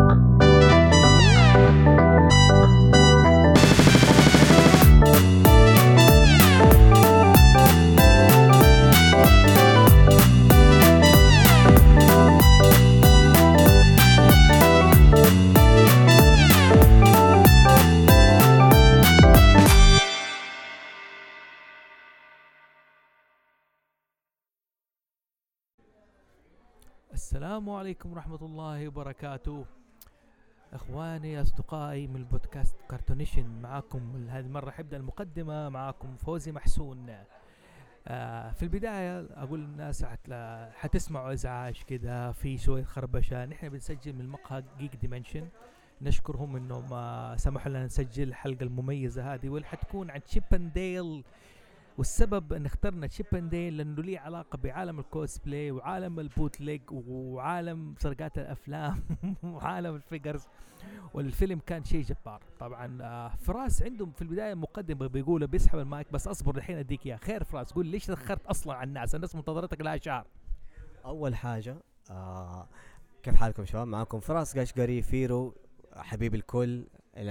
السلام عليكم ورحمة الله وبركاته. اخواني اصدقائي من البودكاست كارتونيشن، معاكم هذه المرة حبدأ المقدمة، معاكم فوزي محسون. في البداية اقول للناس حتسمعوا ازعاج كده، في شوية خربشة. نحن بنسجل من مقهى جيك ديمنشن، نشكرهم انهم سمحوا لنا نسجل الحلقة المميزة هذه، واللي حتكون عن تشيبنديل. والسبب ان اخترنا تشيبنديل لانه ليه علاقه بعالم الكوسبلاي وعالم البوتليج وعالم سرقات الافلام وعالم الفيجرز، والفيلم كان شيء جبار. طبعا فراس عندهم في البدايه مقدمه بيقولوا بيسحب المايك، بس اصبر الحين اديك اياه. خير فراس، قول ليش تاخرت اصلا عن الناس منتظرتك لها شهر. اول حاجه كيف حالكم شباب؟ معكم فراس قشقري فيرو حبيب الكل.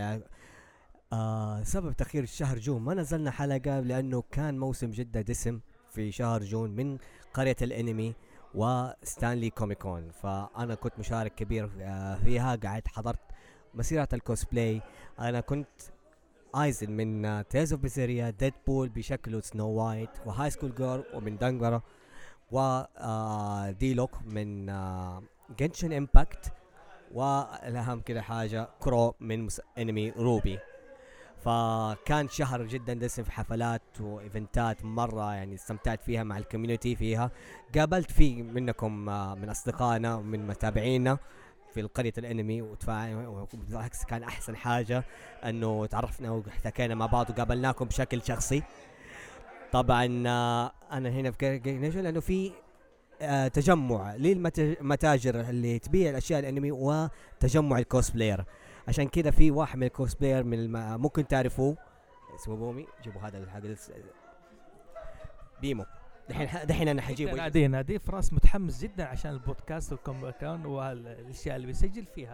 سبب تأخير شهر جون ما نزلنا حلقة لأنه كان موسم جدة دسم في شهر جون من قرية الانمي وستانلي كوميكون، فأنا كنت مشارك كبير فيها. قاعد حضرت مسيرة الكوسبلاي. أنا كنت ايزن من تيز اوف بيزيريا، ديدبول بشكله سنو وايت، وهاي سكول جيرل ومن دنجرة، وديلوك من جنشن امباكت، والأهم كده حاجة كرو من انمي روبي. فكان شهر جدا دسم في حفلات وايفنتات مرة، يعني استمتعت فيها مع الكوميونتي فيها. قابلت في منكم من اصدقائنا ومن متابعينا في القرية الانمي وبالعكس كان احسن حاجة انه تعرفنا واحتكينا مع بعض وقابلناكم بشكل شخصي. طبعا انا هنا في نيشن لانه في تجمع للمتاجر اللي تبيع الاشياء الانمي وتجمع الكوسبلاير. عشان كذا في واحد من الكوسبلاير من ممكن تعرفوه اسمه بومي. جيبوا هذا الحاجة بيمو. دحين انا حجيبه. نادي فراس متحمس جدا عشان البودكاست والكوميكون والاشياء اللي بيسجل فيها،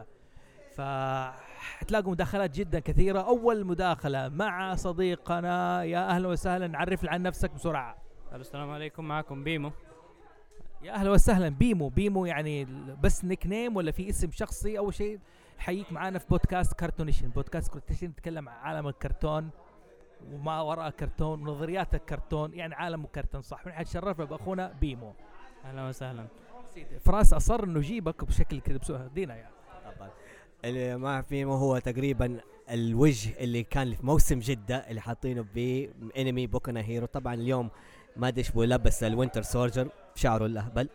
فحتلاقوا مداخلات جدا كثيرة. اول مداخلة مع صديقنا، يا اهلا وسهلا، نعرف عن نفسك بسرعة. السلام عليكم، معكم بيمو. يا اهلا وسهلا بيمو يعني بس نيك نيم ولا في اسم شخصي؟ اول شيء حييك معانا في بودكاست كارتونيشن. بودكاست كارتونيشن نتكلم عن عالم الكرتون وما وراء الكرتون ونظريات الكرتون، يعني عالم الكرتون صح. ونحن تشرفنا باخونا بيمو. اهلا وسهلا سيدي. فراس اصر انه يجيبك بشكل كذا بسوء دينا يعني. طبعا اللي ما فيمو هو تقريبا الوجه اللي كان في موسم جدة اللي حاطينه بانمي بوكو هيرو. طبعا اليوم ما ادري ايش لبس الوينتر سولجر شعره الاهبل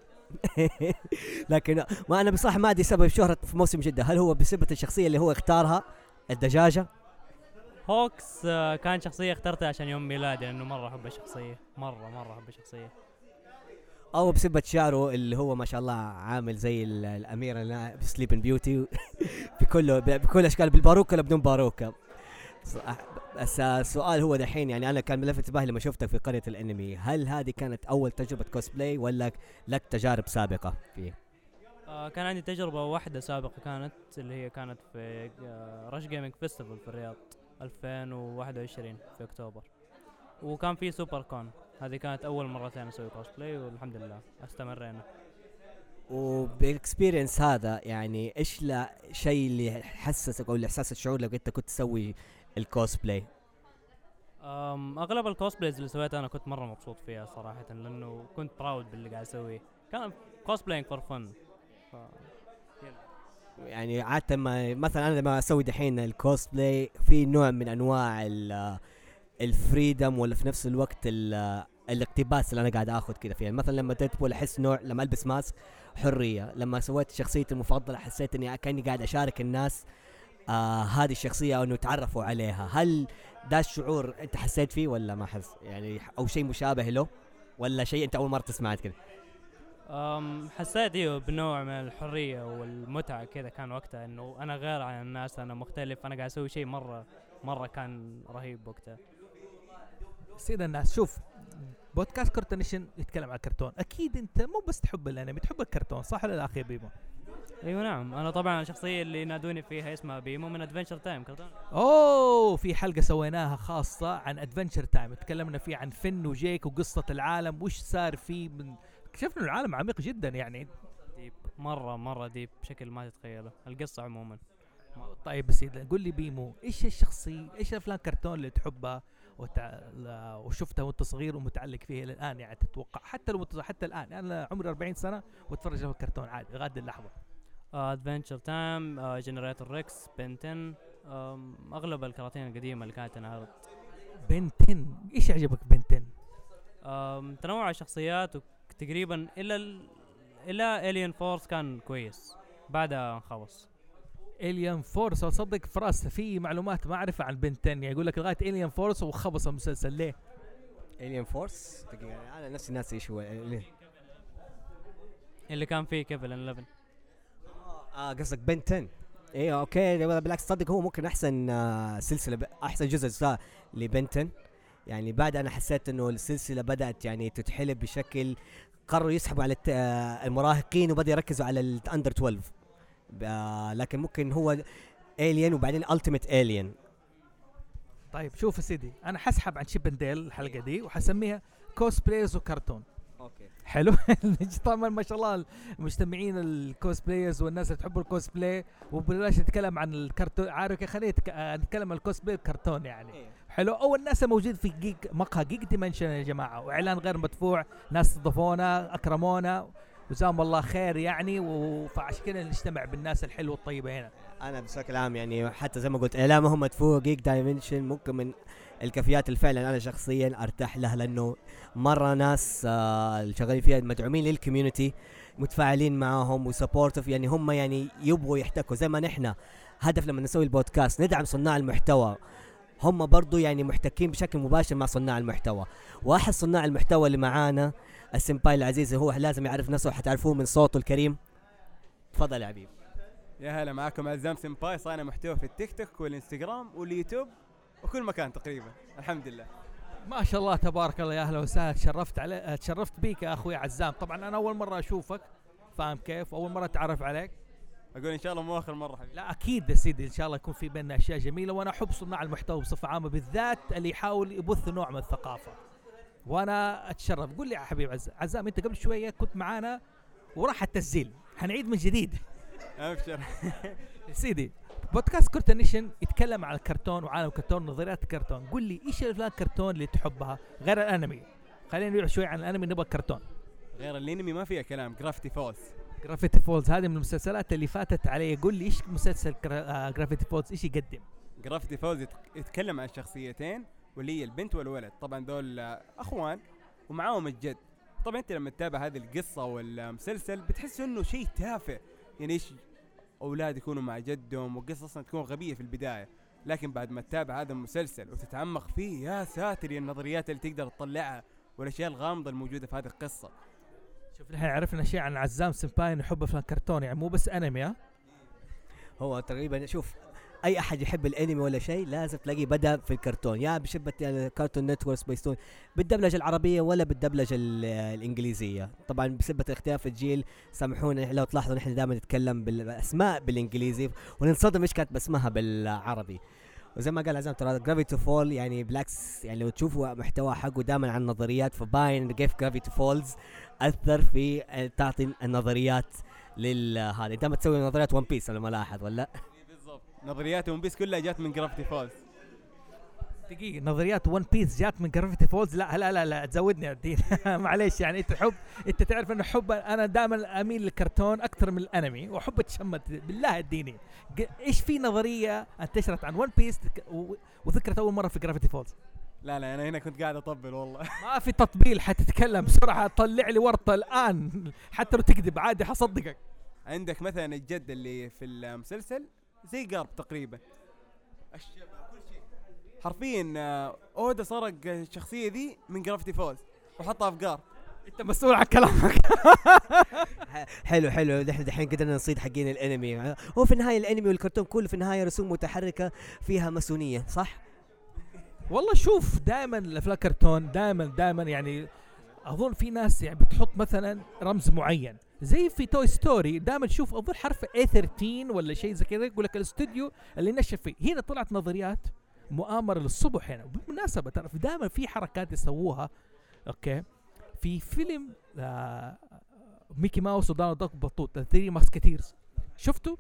لكن ما انا بصراحه ما ادري سبب شهرة في موسم جدة. هل هو بسبب الشخصيه اللي هو اختارها الدجاجه؟ هوكس كان شخصيه اخترتها عشان يوم ميلادي لانه مره احب الشخصيه، مره احب الشخصيه. او بسبب شعره اللي هو ما شاء الله عامل زي الاميره في سليبن بيوتي بكل اشكال، بالباروكه ولا بدون باروكه. بس السؤال هو دحين، يعني انا كان ملفت انتباهي لما شفتك في قرية الانمي، هل هذه كانت اول تجربة كوسبلاي ولا لك تجارب سابقة فيه؟ كان عندي تجربة واحدة سابقة، كانت اللي هي كانت في رش جيمنج فيستيفال في الرياض 2021 في اكتوبر، وكان في سوبر كون. هذه كانت اول مرتين اسوي كوسبلاي والحمد لله استمرينا. وبالاكسبيرينس هذا يعني ايش شيء اللي حسسك او الاحساس الشعور لو انت كنت تسوي الكوسبلاي؟ اغلب الكوسبلايز اللي سويتها انا كنت مره مبسوط فيها صراحه، لانه كنت براود باللي قاعد اسويه. كان كوسبلاينج فور فن. يعني عاده مثلا انا لما اسوي دحين الكوسبلاي في نوع من انواع الفريدم، ولا في نفس الوقت الاقتباس اللي انا قاعد اخذ كذا فيها. مثلا لما ديدبول احس نوع، لما البس ماسك حريه، لما سويت شخصيتي المفضله حسيت اني كاني قاعد اشارك الناس هذه الشخصيه او انه يتعرفوا عليها. هل ده الشعور انت حسيت فيه ولا ما حس يعني، او شيء مشابه له، ولا شيء انت اول مره تسمعه كذا؟ حسيت بنوع من الحريه والمتعه كذا. كان وقتها انه انا غير عن الناس، انا مختلف، انا قاعد اسوي شيء مره كان رهيب وقتها. سيدة الناس، شوف بودكاست كارتونيشن يتكلم عن الكرتون. اكيد انت مو بس تحب الانمي، تحب الكرتون صح ولا لا اخي بيمو؟ ايوه نعم، انا طبعا الشخصيه اللي ينادوني فيها اسمها بيمو من ادفنشر تايم كرتون. اوه في حلقه سويناها خاصه عن ادفنتشر تايم، تكلمنا فيه عن فن وجيك وقصه العالم وش صار فيه، من اكتشفنا إنه العالم عميق جدا يعني. ديب مره ديب بشكل ما تتخيله القصه عموما. طيب بس قول لي بيمو، ايش الشخصي، ايش الافلام كرتون اللي تحبها وشفتها وانت صغير ومتعلق فيها الى الان يعني تتوقع، حتى لو حتى الان انا عمري 40 سنه واتفرج على الكرتون عادي لغايه اللحظه. ادفنتشر تايم، جنريتور ريكس، بنتن، اغلب الكراتين القديمه اللي كانت تنعرض. بنتن، ايش عجبك بنتن؟ تنوع الشخصيات وتقريبا الى الين فورس كان كويس، بعدها خلص. الين فورس، اصدق فراس في معلومات ما اعرفها عن بنتن، يعني يقول لك لغايه الين فورس وخبص المسلسل ليه؟ الين فورس دقيقة انا نفسي ناسي ايش هو اللي كان فيه كيفن 11. قصدك بن 10. ايوه اوكي، بالعكس صدق هو ممكن احسن سلسله احسن جزء لبن 10. يعني بعد انا حسيت انه السلسله بدات يعني تتحلب بشكل، قرروا يسحبوا على المراهقين وبدا يركزوا على الاندر 12. لكن ممكن هو الين وبعدين التيميت الين. طيب شوف يا سيدي، انا حسحب عن شيب ديل الحلقه دي وحسميها كوسبلايز وكرتون. اوكي حلو. طبعا ما شاء الله المجتمعين الكوسبلايز والناس اللي تحب الكوسبلاي، وبلاش نتكلم عن الكرتون، عارف خلينا نتكلم عن الكوسبلاي الكرتون يعني. حلو. اول ناس موجود في مقهى جيك ديمنشن يا جماعه، واعلان غير مدفوع، ناس استضافونا اكرمونا وجزاهم الله خير يعني، فعشان كذا نجتمع بالناس الحلوه الطيبه هنا. انا بشكل عام يعني حتى زي ما قلت اعلامهم مدفوع، جيك دايمنشن ممكن من الكافيات اللي فعلا انا شخصيا ارتاح لها، لانه مره ناس الشغالين فيها مدعومين للكوميونتي، متفاعلين معاهم وسبورتيف، يعني هم يعني يبغوا يحتكوا زي ما نحن هدف لما نسوي البودكاست ندعم صناع المحتوى، هم برضو يعني محتكين بشكل مباشر مع صناع المحتوى. واحد صناع المحتوى اللي معانا السمباي العزيز، هو لازم يعرف نفسه، حتعرفوه من صوته الكريم. تفضل يا حبيب. يا هلا معكم عزام سمباي، صانع محتوى في التيك توك والانستغرام واليوتيوب وكل مكان تقريبا، الحمد لله. ما شاء الله تبارك الله، يا اهلا وسهلا، تشرفت بيك يا اخوي عزام. طبعا انا اول مره اشوفك، فاهم كيف، اول مره اتعرف عليك. اقول ان شاء الله مو اخر مره حبيبي. لا اكيد يا سيدي، ان شاء الله يكون في بيننا اشياء جميله، وانا احب صناع المحتوى بصفه عامه، بالذات اللي يحاول يبث نوع من الثقافه، وانا اتشرف. قول لي يا حبيب عزام، انت قبل شويه كنت معانا وراح التسجيل، حنعيد من جديد. ابشر. سيدي، بودكاست كرتونيشن يتكلم عن الكرتون وعالم الكرتون ونظريات الكرتون. قل لي ايش الافلام الكرتون اللي تحبها غير الانمي؟ خلينا نروح شوي عن الانمي، نبغى الكرتون. غير الانمي ما فيها كلام، جرافتي فولز. جرافيتي فولز هذه من المسلسلات اللي فاتت علي. قل لي ايش مسلسل جرافيتي فولز، ايش يقدم؟ جرافتي فولز يتكلم عن شخصيتين، واللي هي البنت والولد، طبعا دول اخوان ومعاهم الجد. طبعا انت لما تتابع هذه القصه والمسلسل بتحس انه شيء تافه، يعني ايش اولاد يكونوا مع جدهم، والقصه اصلا تكون غبيه في البدايه، لكن بعد ما تتابع هذا المسلسل وتتعمق فيه يا ساتر النظريات اللي تقدر تطلعها والاشياء الغامضه الموجوده في هذه القصه. شوف نحن عرفنا شيء عن عزام سمباي، يحب افلام كرتون يعني مو بس انمي. ها هو تقريبا شوف، اي احد يحب الانمي ولا شيء لازم تلاقيه بدا في الكرتون، يا بشبه الكارتون نتورك، سبيستون بالدبلجه العربيه ولا بالدبلجه الانجليزيه. طبعا بسبب اختلاف الجيل سامحونا لو تلاحظوا نحن دائما نتكلم بالاسماء بالانجليزي وننصدم ايش كانت باسمها بالعربي. وزي ما قال عزام ترى جرافيتي فول يعني بالعكس، يعني لو تشوفوا محتوى حقه دائما عن نظريات، فباين كيف جرافيتي فولز اثر في تعطي النظريات هذا. دائما تسوي نظريات ون بيس انا ملاحظ ولا؟ بالضبط، نظريات ون بيس كلها جات من جرافتي فولز. دقيقة، نظريات ون بيس جات من جرافيتي فولز؟ لا لا لا لا تزودني يا الدين. معليش يعني انت حب، انت تعرف انه حب، انا دائما اميل للكرتون اكثر من الانمي، واحب اتشمت بالله اديني ايش في نظرية انتشرت عن ون بيس وذكرت اول مرة في جرافيتي فولز؟ لا انا هنا كنت قاعد اطبل والله. ما في تطبيل، حتتكلم بسرعة، طلع لي ورطة الان، حتى لو تكذب عادي حصدقك. عندك مثلا الجد اللي في المسلسل زي قارب تقريبا، الشبه كل شيء حرفيا. اودا سرق الشخصيه ذي من جرافتي فولز وحطها في قارب. انت مسؤول عن كلامك. حلو نحن دحين قدرنا نصيد حقين الانمي. هو في النهايه الانمي والكرتون كله في النهايه رسوم متحركه فيها ماسونيه، صح؟ والله شوف، دائما الافلام كرتون دائما يعني اظن في ناس يعني بتحط مثلا رمز معين، زي في توي ستوري دائما تشوف اظن حرف A13 ولا شيء زي كذا، يقول لك الاستوديو اللي نشر فيه. هنا طلعت نظريات مؤامره للصبح هنا. بالمناسبه ترى دائما في حركات يسووها، اوكي، في فيلم ميكي ماوس ودونالد داك بطوط ثري ماسكتيرز، شفتوا؟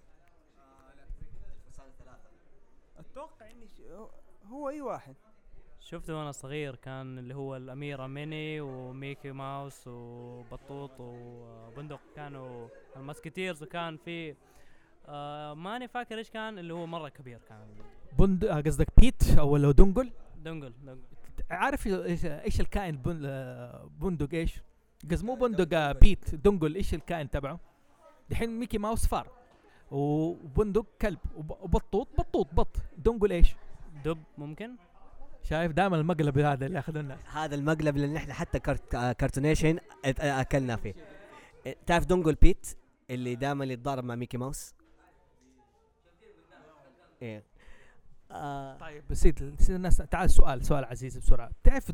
اتوقع اني هو اي واحد شفته وانا صغير، كان اللي هو الاميره ميني وميكي ماوس وبطوط وبندق كانوا الماسكتيرز، وكان في ماني فاكر ايش كان اللي هو مره كبير كان قصدك بيت او لو دنجل. دنجل. عارف ايش الكائن بندق ايش؟ قصد مو بندق بيت، دنجل ايش الكائن تبعه؟ دحين ميكي ماوس فار، وبندق كلب، وبطوط بط. دنجل ايش؟ دب ممكن. شايف دائما المقلب هذا اللي اخذ الناس. هذا المقلب اللي نحن حتى كارتونيشن اكلنا فيه. تعرف دونجل بيت اللي دائما يتضارب مع ميكي ماوس؟ ايه. طيب سيد الناس، تعال سؤال عزيز بسرعه. تعرف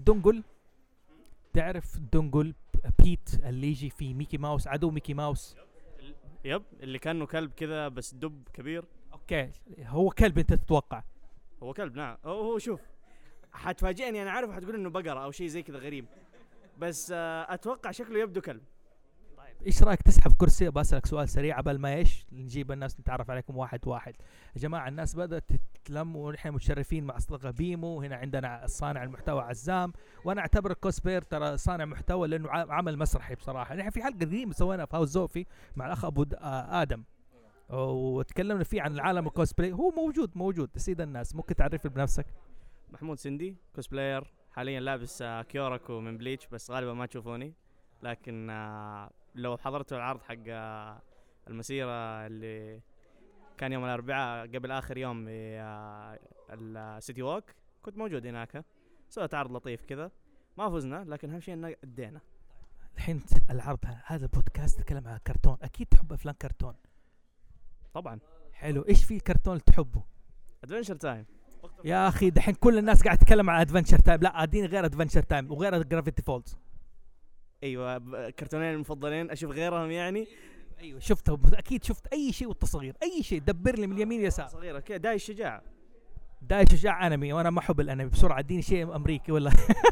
الدونجل بيت اللي يجي في ميكي ماوس، عدو ميكي ماوس؟ يب، اللي كانه كلب كذا بس دب كبير. اوكي، هو كلب انت تتوقع؟ هو كلب نعم. هو شوف، حتفاجئني، انا عارف حتقول انه بقرة او شيء زي كذا غريب، بس اتوقع شكله يبدو كلب. طيب ايش رايك تسحب كرسي؟ بسألك سؤال سريع قبل ما ايش نجيب الناس نتعرف عليكم واحد واحد. يا جماعه الناس بدات تتلم ونحن متشرفين مع اصدقاء بيمو. هنا عندنا صانع المحتوى عزام، وانا اعتبر الكوسبير ترى صانع محتوى لانه عمل مسرحي بصراحه. نحن في حلقه قديمه سوينا في هاوس زوفي مع الاخ ابو ادم، وتكلمنا فيه عن العالم الكوسبلاي. هو موجود سيد الناس. ممكن تعرف بنفسك؟ محمود سندي، كوسبلاير، حاليا لابس كيوركو من بليتش، بس غالبا ما تشوفوني، لكن لو حضرتوا العرض حق المسيرة اللي كان يوم الأربعاء قبل آخر يوم السيتي ووك، كنت موجود هناك. سويت عرض لطيف كذا، ما فزنا لكن أهم شيء إننا أدينا. الحين العرض هذا البودكاست تكلم عن كرتون، أكيد تحب أفلام كرتون. طبعا. حلو، إيش في كرتون اللي تحبه؟ أدفنشر تايم. يا أخي دحين كل الناس قاعد تتكلم عن أدفنشر تايم. لا اديني غير أدفنشر تايم وغير جرافيتي فولز. ايوه، كرتونين المفضلين، اشوف غيرهم يعني. ايوه شفتهم اكيد، شفت اي شيء والتصغير، اي شيء دبر لي من اليمين يسار. صغيره كذا، داي الشجاع. داي شجاع انمي، وانا ما احب الانمي. بسرعه اديني شيء امريكي ولا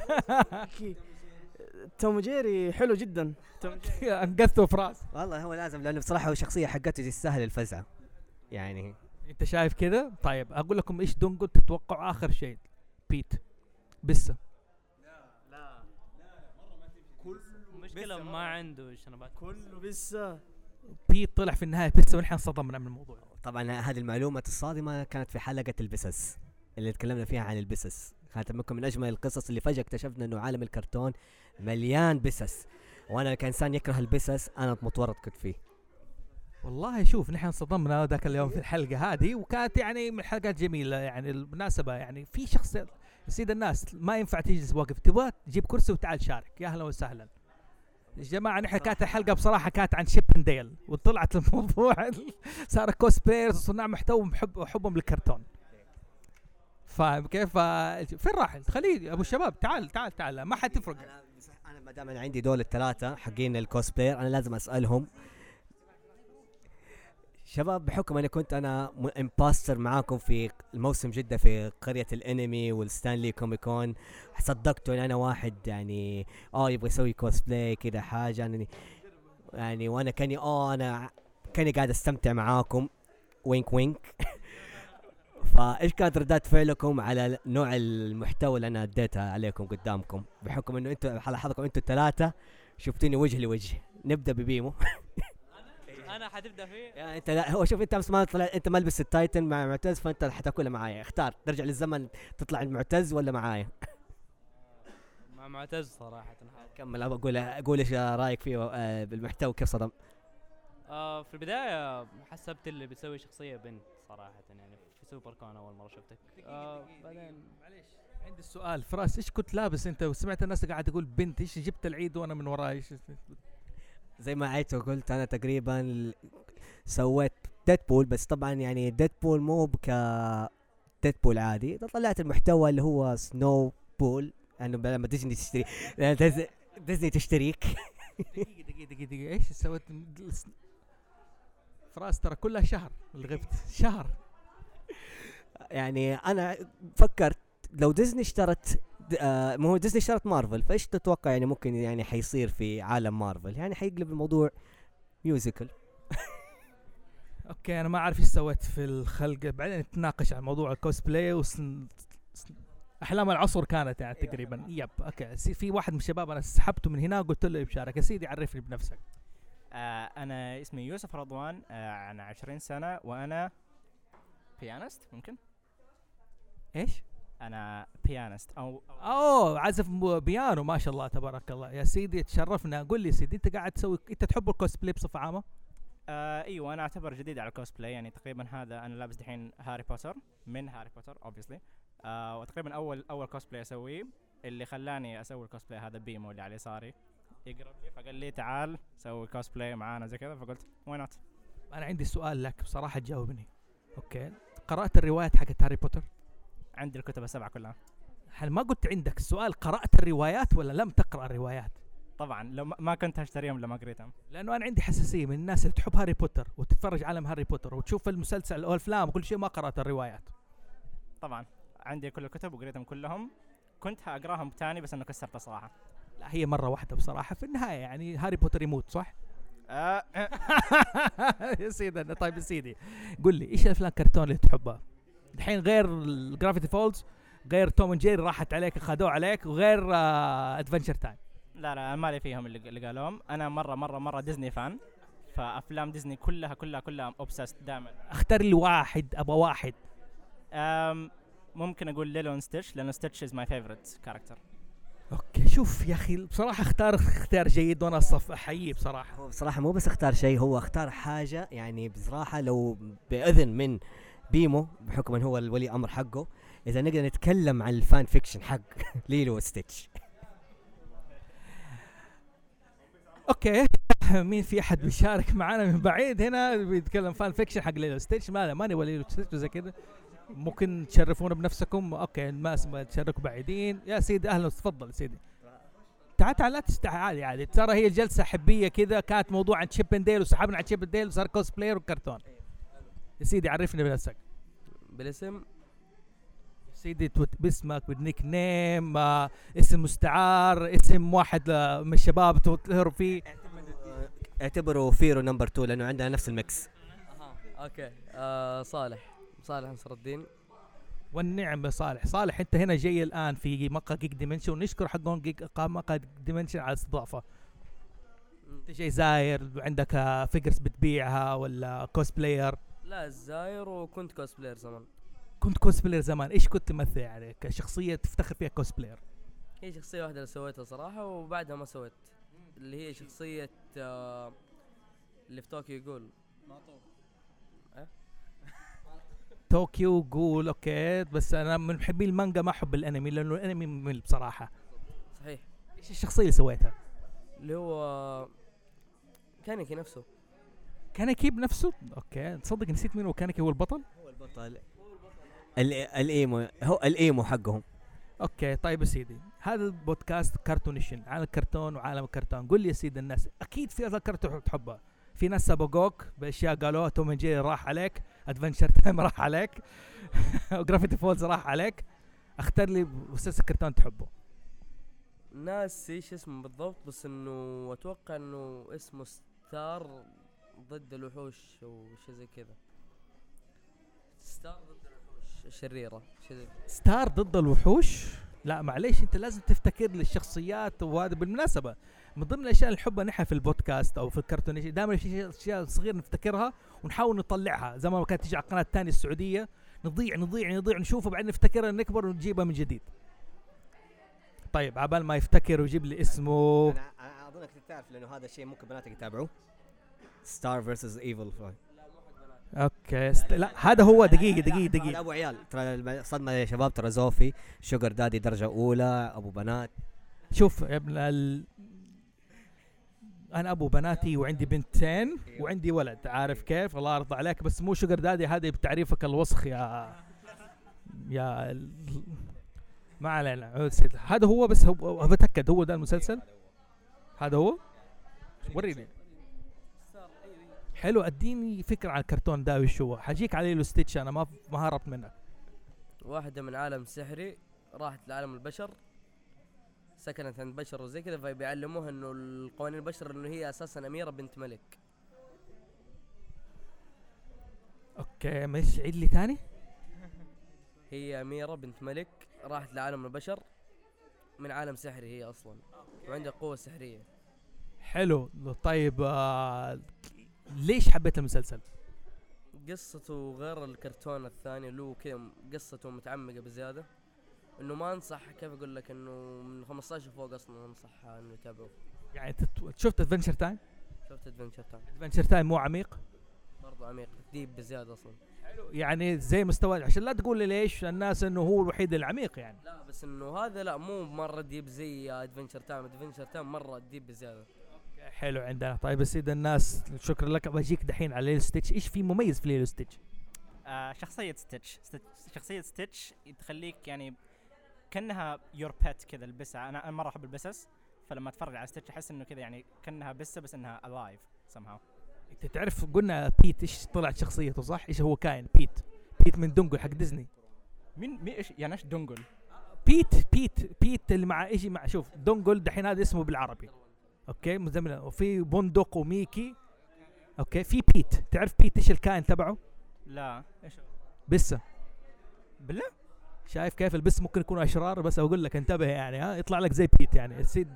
توم جيري حلو جدا. انقذته في راس. والله هو لازم، لانه بصراحه الشخصيه حقته تستاهل الفزعه يعني. انت شايف كذا؟ طيب اقول لكم ايش دونجل تتوقعوا اخر شيء؟ بيت بسه. مشكلة ما عنده شنبات كله بسه. بيت طلع في النهاية بسه، ونحن انصدمنا من الموضوع. طبعا هذه المعلومه الصادمه كانت في حلقه البسس اللي تكلمنا فيها عن البسس. كانت من اجمل القصص اللي فجاه اكتشفنا انه عالم الكرتون مليان بسس، وانا كانسان يكره البسس انا متورط كنت فيه. والله شوف، نحن انصدمنا ذاك اليوم في الحلقة هذه، وكانت يعني من الحلقات جميلة. يعني المناسبة يعني في شخص يسيد الناس ما ينفع تجلس واقف، تبغى تجيب كرسي وتعال شارك. يا اهلا وسهلا يا جماعة. نحن كانت الحلقة بصراحة كانت عن شيبنديل، وطلعت الموضوع صار كوسبلايرز وصناع محتوى وحبهم للكرتون. فاهم كيف؟ فين راح؟ خليه ابو الشباب، تعال ما حتفرق. انا ما دام عندي دول الثلاثه حقين الكوسبلاير انا لازم اسالهم. شباب، بحكم اني كنت انا امباستر معاكم في الموسم جدة في قرية الانمي والستانلي كوميكون، صدقتوا ان انا واحد يعني يبغى يسوي كوسبلاي كده حاجة يعني وانا كاني انا كاني قاعد استمتع معاكم وينك وينك. فايش كانت ردات فعلكم على نوع المحتوى اللي انا اديتها عليكم قدامكم، بحكم انه انتوا على حظكم انتوا الثلاثة شفتوني وجه لوجه. نبدأ ببيمو. انا حتبدا فيه يعني انت لا، هو شوف انت امس ما طلع، انت ملبس التايتن مع معتز، فانت حتاكلها معايا. اختار، ترجع للزمن تطلع المعتز ولا معايا؟ مع معتز صراحه. كمل، اقول ايش رايك فيه بالمحتوى كيف صدم؟ في البدايه حسبت اللي بتسوي شخصيه بنت صراحه، يعني في سوبر كون اول مره شفتك. بعدين معليش عندي السؤال فراس، ايش كنت لابس انت؟ وسمعت الناس قاعد تقول بنت، ايش جبت العيد وانا من وراي؟ ايش زي ما عيت وقلت انا تقريبا سويت ديدبول، بس طبعا يعني ديدبول مو ديدبول عادي. طلعت المحتوى اللي هو سنو بول، انه لما ديزني تشتري ديزني تشتريك دقيقة ايش سويت؟ فراس ترى كلها شهر اللي غبت شهر. يعني انا فكرت لو ديزني اشترت ما هو ديزني اشترت مارفل، فايش تتوقع يعني ممكن يعني حيصير في عالم مارفل؟ يعني حيقلب الموضوع ميوزيكال. اوكي انا ما اعرف ايش سويت في الخلق، بعدين نتناقش عن موضوع الكوسبلاي احلام العصر كانت يعني تقريبا. يب اوكي في واحد من الشباب انا سحبته من هنا قلت له يشارك. يا سيدي عرفني بنفسك. أنا اسمي يوسف رضوان، أنا 20 سنة وأنا بيانست. ممكن ايش؟ أنا بيانست أو اوه عزف بيانو ما شاء الله تبارك الله. يا سيدي تشرفنا. قل لي سيدي انت قاعد تسوي، انت تحب الكوسبلاي بصفة عامة؟ أيوة أنا أعتبر جديد على الكوسبلاي، يعني تقريبا هذا أنا لابس دحين هاري بوتر من هاري بوتر obviously. وتقريبا أول كوسبلاي أسويه اللي خلاني أسوي الكوسبلاي هذا بيمو اللي على يساري يقرب لي فقال لي تعال سوي كوسبلاي معانا زي كذا، فقلت واي نوت. انا عندي سؤال لك بصراحة تجاوبني. اوكي قرأت الروايات حقت هاري بوتر؟ عندي الكتب السبعة كلها. هل ما قلت عندك السؤال قرأت الروايات ولا لم تقرأ الروايات؟ طبعا لو ما كنت هشتريهم لما قريتهم. لانه انا عندي حساسيه من الناس اللي تحب هاري بوتر وتتفرج عالم هاري بوتر وتشوف المسلسل او الافلام وكل شيء ما قرات الروايات. طبعا عندي كل الكتب وقريتهم كلهم، كنت هقراهم تاني بس انه كسرت صراحه. لا هي مره واحده بصراحه في النهايه يعني هاري بوتر يموت صح؟ يا سيدي طيب يا سيدي قل لي ايش الافلام الكرتون اللي تحبها الحين غير الجرافيتي فولز، غير توم اند جيري راحت عليك خذوه عليك، وغير ادفنشر تايم؟ لا انا مالي فيهم اللي قالوهم. انا مره ديزني فان، فافلام ديزني كلها اوبسست دائما. اختار لي واحد، ابغى واحد. ممكن اقول ليلو اند ستيتش لانه ستيتش از ماي فيفورت كاركتر. اوكي شوف يا اخي بصراحه اختار جيد وانا احييه بصراحه. هو بصراحة مو بس اختار شيء، هو اختار حاجة يعني بصراحة لو بإذن من بيمو بحكم ان هو الولي امر حقه، اذا نقدر نتكلم عن الفان فيكشن حق ليلو وستيتش. اوكي مين في احد بيشارك معنا من بعيد هنا بيتكلم فان فيكشن حق ليلو ستيتش؟ ماني ولا ليلو ستيتش زي كذا. ممكن تشرفونا بنفسكم. اوكي ما تشاركوا بعيدين. يا سيدي اهلا تفضل سيدي. تعال لا تستحي عادي ترى هي الجلسه حبيه كذا، كانت موضوع عن تشيب اند ديل وسحبنا على تشيب اند ديل وصار كوست بلاير وكرتون. يا سيدي عرفني بنفسك. بالاسم سيدي باسمك بالنيك نيم، اسم مستعار، اسم واحد من الشباب تهرب فيه. اعتبروا فيرو نمبر 2 لانه عندنا نفس الميكس. اوكي صالح نصر الدين. والنعم صالح انت هنا جاي الان في مقهى جيك ديمنشن، ونشكر حقهم مقهى ديمنشن على الاستضافه. انت جاي زاير وعندك فيجرز بتبيعها ولا كوسبلاير؟ لا زاير وكنت كوسبلاير زمان. كنت كوسبلاير زمان. ايش كنت تمثل يعني كشخصيه تفتخر فيها كوسبلاير؟ هي شخصيه واحده اللي سويتها صراحه وبعدها ما سويت، اللي هي شخصيه اللي في طوكيو يقول طوكيو جول. اوكي بس انا من محبي المانجا ما احب الانمي لانه الانمي ممل بصراحه. صحيح. ايش الشخصيه اللي سويتها؟ اللي هو كانيكي نفسه. كانيكي بنفسه؟ اوكي تصدق نسيت مين هو كانيكي. هو البطل الايمو، هو الايمو حقهم. اوكي طيب يا سيدي هذا البودكاست كرتونيشن عن الكرتون وعالم الكرتون. قل لي يا سيدي الناس اكيد في افلام كرتون تحبها، في ناس سبقوك باشياء قالوها، توم اند جيري راح عليك، ادفنشر تايم راح عليك وجرافيتي فولز راح عليك. اختار لي مسلسل كرتون تحبه. ناس ايش اسمه بالضبط بس انه اتوقع انه اسمه ستار ضد الوحوش او شيء زي كذا. ستار ضد الوحوش الشريرة شيء. ستار ضد الوحوش؟ لا معليش انت لازم تفتكر لي الشخصيات. وهذا بالمناسبة من ضمن الاشياء اللي نحبها نحن في البودكاست او في الكرتون، دائما في اشياء صغيره نفتكرها ونحاول نطلعها زي ما كانت تيجي على القناه الثانيه السعوديه، نضيع نشوفها وبعدين نفتكرها نكبر ونجيبها من جديد. طيب عبال ما يفتكر ويجيب لي اسمه. انا اظنك تعرف لانه هذا الشيء ممكن بناتك يتابعوه. ستار فيرسز ايفل. اوكي لا هذا هو. دقيقه ابو عيال ترى صدمه يا شباب، ترى زوفي شوجر دادي درجه اولى، ابو بنات. شوف يا ابن انا ابو بناتي وعندي بنتين وعندي ولد، عارف كيف؟ الله يرضى عليك. بس مو شوجر دادي هذه بتعريفك الوسخ يا ما علينا. هذا هو. بس هو بتاكد هو ده المسلسل. هذا هو وريني. حلو، اديني فكره عن الكرتون ده وش هو. حجيك عليه لو ستيتش، انا ما هربت منك. واحدة من عالم سحري راحت لعالم البشر، سكنت عند بشر وزي كذا، فبيعلموها انه القوانين البشر انه هي اساسا اميرة بنت ملك. اوكي مش عيد لي تاني. هي اميرة بنت ملك راحت لعالم البشر من عالم سحري هي اصلا، وعندها قوة سحرية. حلو. طيب ليش حبيت المسلسل؟ قصته غير الكرتون الثاني، له كذا قصته متعمقة بزيادة، انه ما انصح، كيف اقول لك، انه من 15 فوق اصلا انصح انه يتابعوه. يعني شفت ادفنشر تايم؟ شفت ادفنشر تايم، ادفنشر تايم مو عميق؟ برضه عميق ديب بزيادة اصلا. يعني زي مستوى، عشان لا تقول لي ليش الناس انه هو الوحيد العميق يعني. لا بس انه هذا لا مو مرة ديب زي ادفنشر تايم. ادفنشر تايم مرة ديب بزيادة. حلو عندنا. طيب يا سيد الناس، شكرا لك. بجيك دحين على ليلو ستيتش. ايش في مميز في ليلو ستيتش؟ شخصية شخصية ستيتش تخليك يعني كأنها يور بيت كذا. البسها أنا مرة أحب البسس، فلما أتفرج على ستيتش أحس إنه كذا يعني كأنها بس إنها alive somehow. انت تعرف قلنا بيت ايش طلعت شخصيته صح؟ ايش هو كائن بيت من دونجل حق ديزني. مين ايش يعني ايش دونجل؟ بيت اللي مع ايش مع، شوف دونجل دحين هذا اسمه بالعربي اوكي مزمنا، وفي بندق وميكي اوكي، في بيت. تعرف بيت ايش الكائن تبعه؟ لا ايش بسه. بالله؟ شايف كيف البس ممكن يكونوا اشرار، بس اقول لك انتبه يعني، ها يطلع لك زي بيت يعني السيد.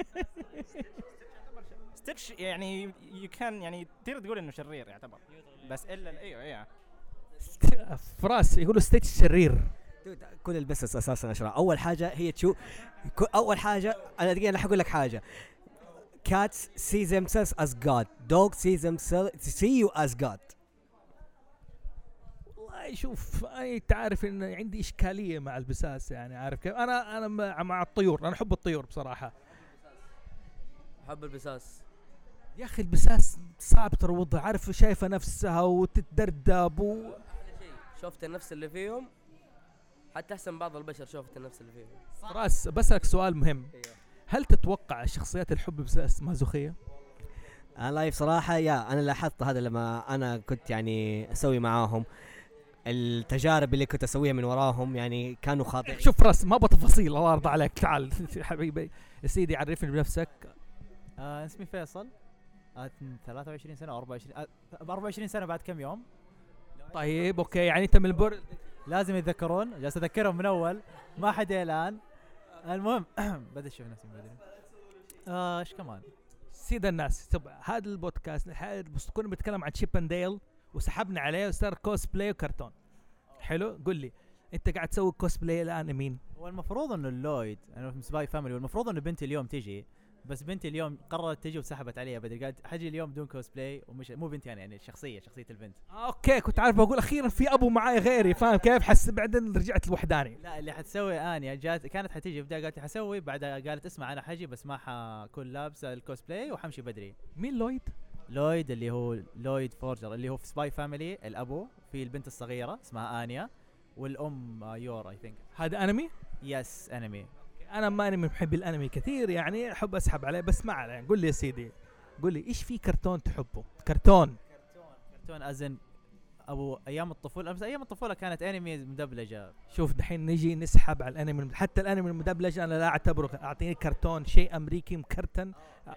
ستيتش يعني كان يعني تقدر تقول انه شرير يعتبر، بس الا ايوه فراس يقولوا ستيتش شرير. كل البسس اساسا اشرار. اول حاجه هي تشوف، اول حاجه انا دقيقه انا حقول لك حاجه. cats see themselves as God, dogs see you as God. والله شوف انت عارف ان عندي اشكاليه مع البساس يعني، عارف كيف. انا مع الطيور، انا احب الطيور بصراحه. احب البساس يا اخي البساس صعب تروضها، عارف شايفه نفسها وتتدردب شفت النفس اللي فيهم، حتى احسن بعض البشر شفت النفس اللي فيهم. فراس بسألك سؤال مهم. هل تتوقع الشخصيات الحب بساس مازوخيه؟ انا لايف صراحه انا لاحظت هذا لما انا كنت يعني اسوي معاهم التجارب اللي كنت اسويها من وراهم، يعني كانوا خاطئين. شوف فراس ما بتفاصيل، الله يرضى عليك. تعال حبيبي يا سيدي عرفني بنفسك. اسمي فيصل، 23 سنة أو 24 24 سنة بعد كم يوم. طيب اوكي، يعني انت من لازم يتذكرون، جالس اذكرهم من اول ما حدا الان. المهم بدي اشوف نفسي من بدري. ايش كمان سيد الناس، هذا البودكاست كنا بنتكلم عن شيب اند ديل وسحبنا عليه وصار كوسبلاي وكرتون. حلو، قل لي انت قاعد تسوي كوسبلاي الان مين؟ هو المفروض انه اللويد، انا في سباي فاميلي، والمفروض انه بنتي اليوم تيجي، بس بنتي اليوم قررت تجي وسحبت عليها بدري، قالت حجي اليوم بدون كوسبلاي، ومش مو بنتي يعني شخصيه البنت. اوكي كنت عارف بقول اخيرا في ابو معاي غيري، فاهم كيف؟ حس بعدين رجعت لوحداني. لا اللي حتسوي انيا كانت حتيجي بدايه، قالت لي حسوي، بعدها قالت اسمع انا حجي بس ما حكون لابسه الكوسبلاي وحمشي بدري. مين لويد اللي هو لويد فورجر، اللي هو في سباي فاميلي الابو، في البنت الصغيره اسمها انيا، والام يور اي ثينك. هذا انمي؟ يس انمي. انا ما انمي محب الانمي كثير يعني، احب اسحب عليه بس ما عليه. قول لي يا سيدي، قول لي ايش في كرتون تحبه؟ كرتون ازن ابو ايام الطفوله، امس ايام الطفوله كانت انمي مدبلجه. شوف دحين نجي نسحب على الانمي، حتى الانمي المدبلج انا لا اعتبره، اعطيني كرتون شيء امريكي مكرتن.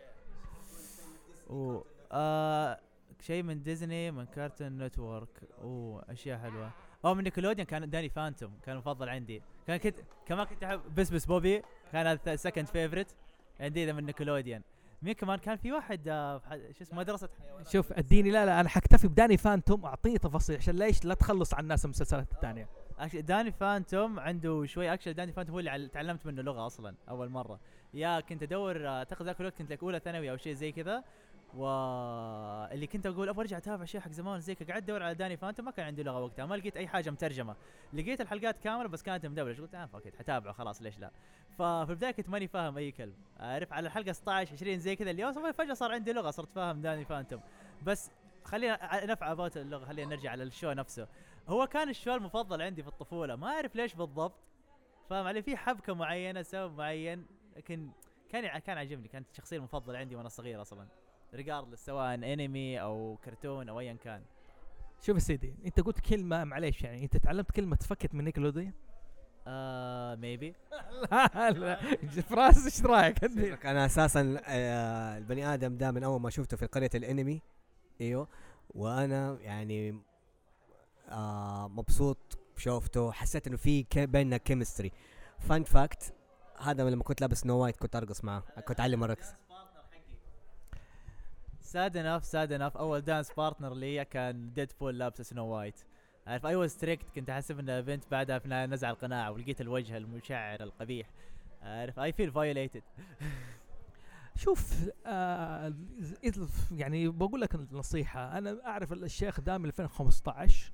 شيء من ديزني، من كارتون نتورك، اشياء حلوه. من نيكلوديان كان داني فانتوم، كان مفضل عندي. كمان كنت احب بس بوبي، كان هذا سكند فيفورت عندي ذا من نيكلوديان. مين كمان كان في واحد شو اسمه مدرسه حيوانات. شوف اديني، لا انا حكتفي بداني فانتوم، اعطيني تفاصيل عشان ليش لا تخلص عن الناس المسلسلات الثانيه. داني فانتوم عنده شوي اكشن. داني فانتوم هو اللي تعلمت منه لغه اصلا اول مره. كنت ادور اعتقد ذاك الوقت كنت لك اولى ثانوي او شيء زي كذا، واللي كنت اقول ابغى ارجع اتابع شيء حق زمان زي كذا، قعدت ادور على داني فانتوم، ما كان عندي لغه وقتها، ما لقيت اي حاجه مترجمه، لقيت الحلقات كامله بس كانت مدبلجه، قلت فكيت حتابعه خلاص ليش لا. ففي البدايه كنت ماني فاهم اي كلمه، عارف على الحلقه 16 20 زي كذا اليوم فجاه صار عندي لغه، صرت فاهم داني فانتوم. بس خلينا نفع بوت اللغه، خلينا نرجع على الشو نفسه. هو كان الشو المفضل عندي في الطفوله، ما اعرف ليش بالضبط، فاهم علي، في حبكه معينه سبب معين، لكن كان عجبني، كانت الشخصيه المفضله عندي وانا صغير اصلا. ريجاردلس سواء انمي او كرتون او ايا كان. شوف يا سيدي، انت قلت كلمه معليش يعني انت تعلمت كلمه فكت من نيكلوديان. ميبي. لا فراس ايش رايك؟ انا اساسا البني ادم ده من اول ما شفته في قرية الانمي ايوه، وانا يعني مبسوط شوفته، حسيت انه في بيننا كيمستري. فان فاكت، هذا لما كنت لابس سنو وايت كنت ارقص معه، كنت اعلم الرقص. ساد انف اول دانس بارتنر لي كان ديدبول لابس سنو وايت. عارف اي واز ستريكت، كنت احسب انه بنت بعدها في نزع القناع ولقيت الوجه المشعر القبيح. عارف اي فيل فايوليتد. شوف يعني بقول لك النصيحة، أنا أعرف الشيخ دام 2015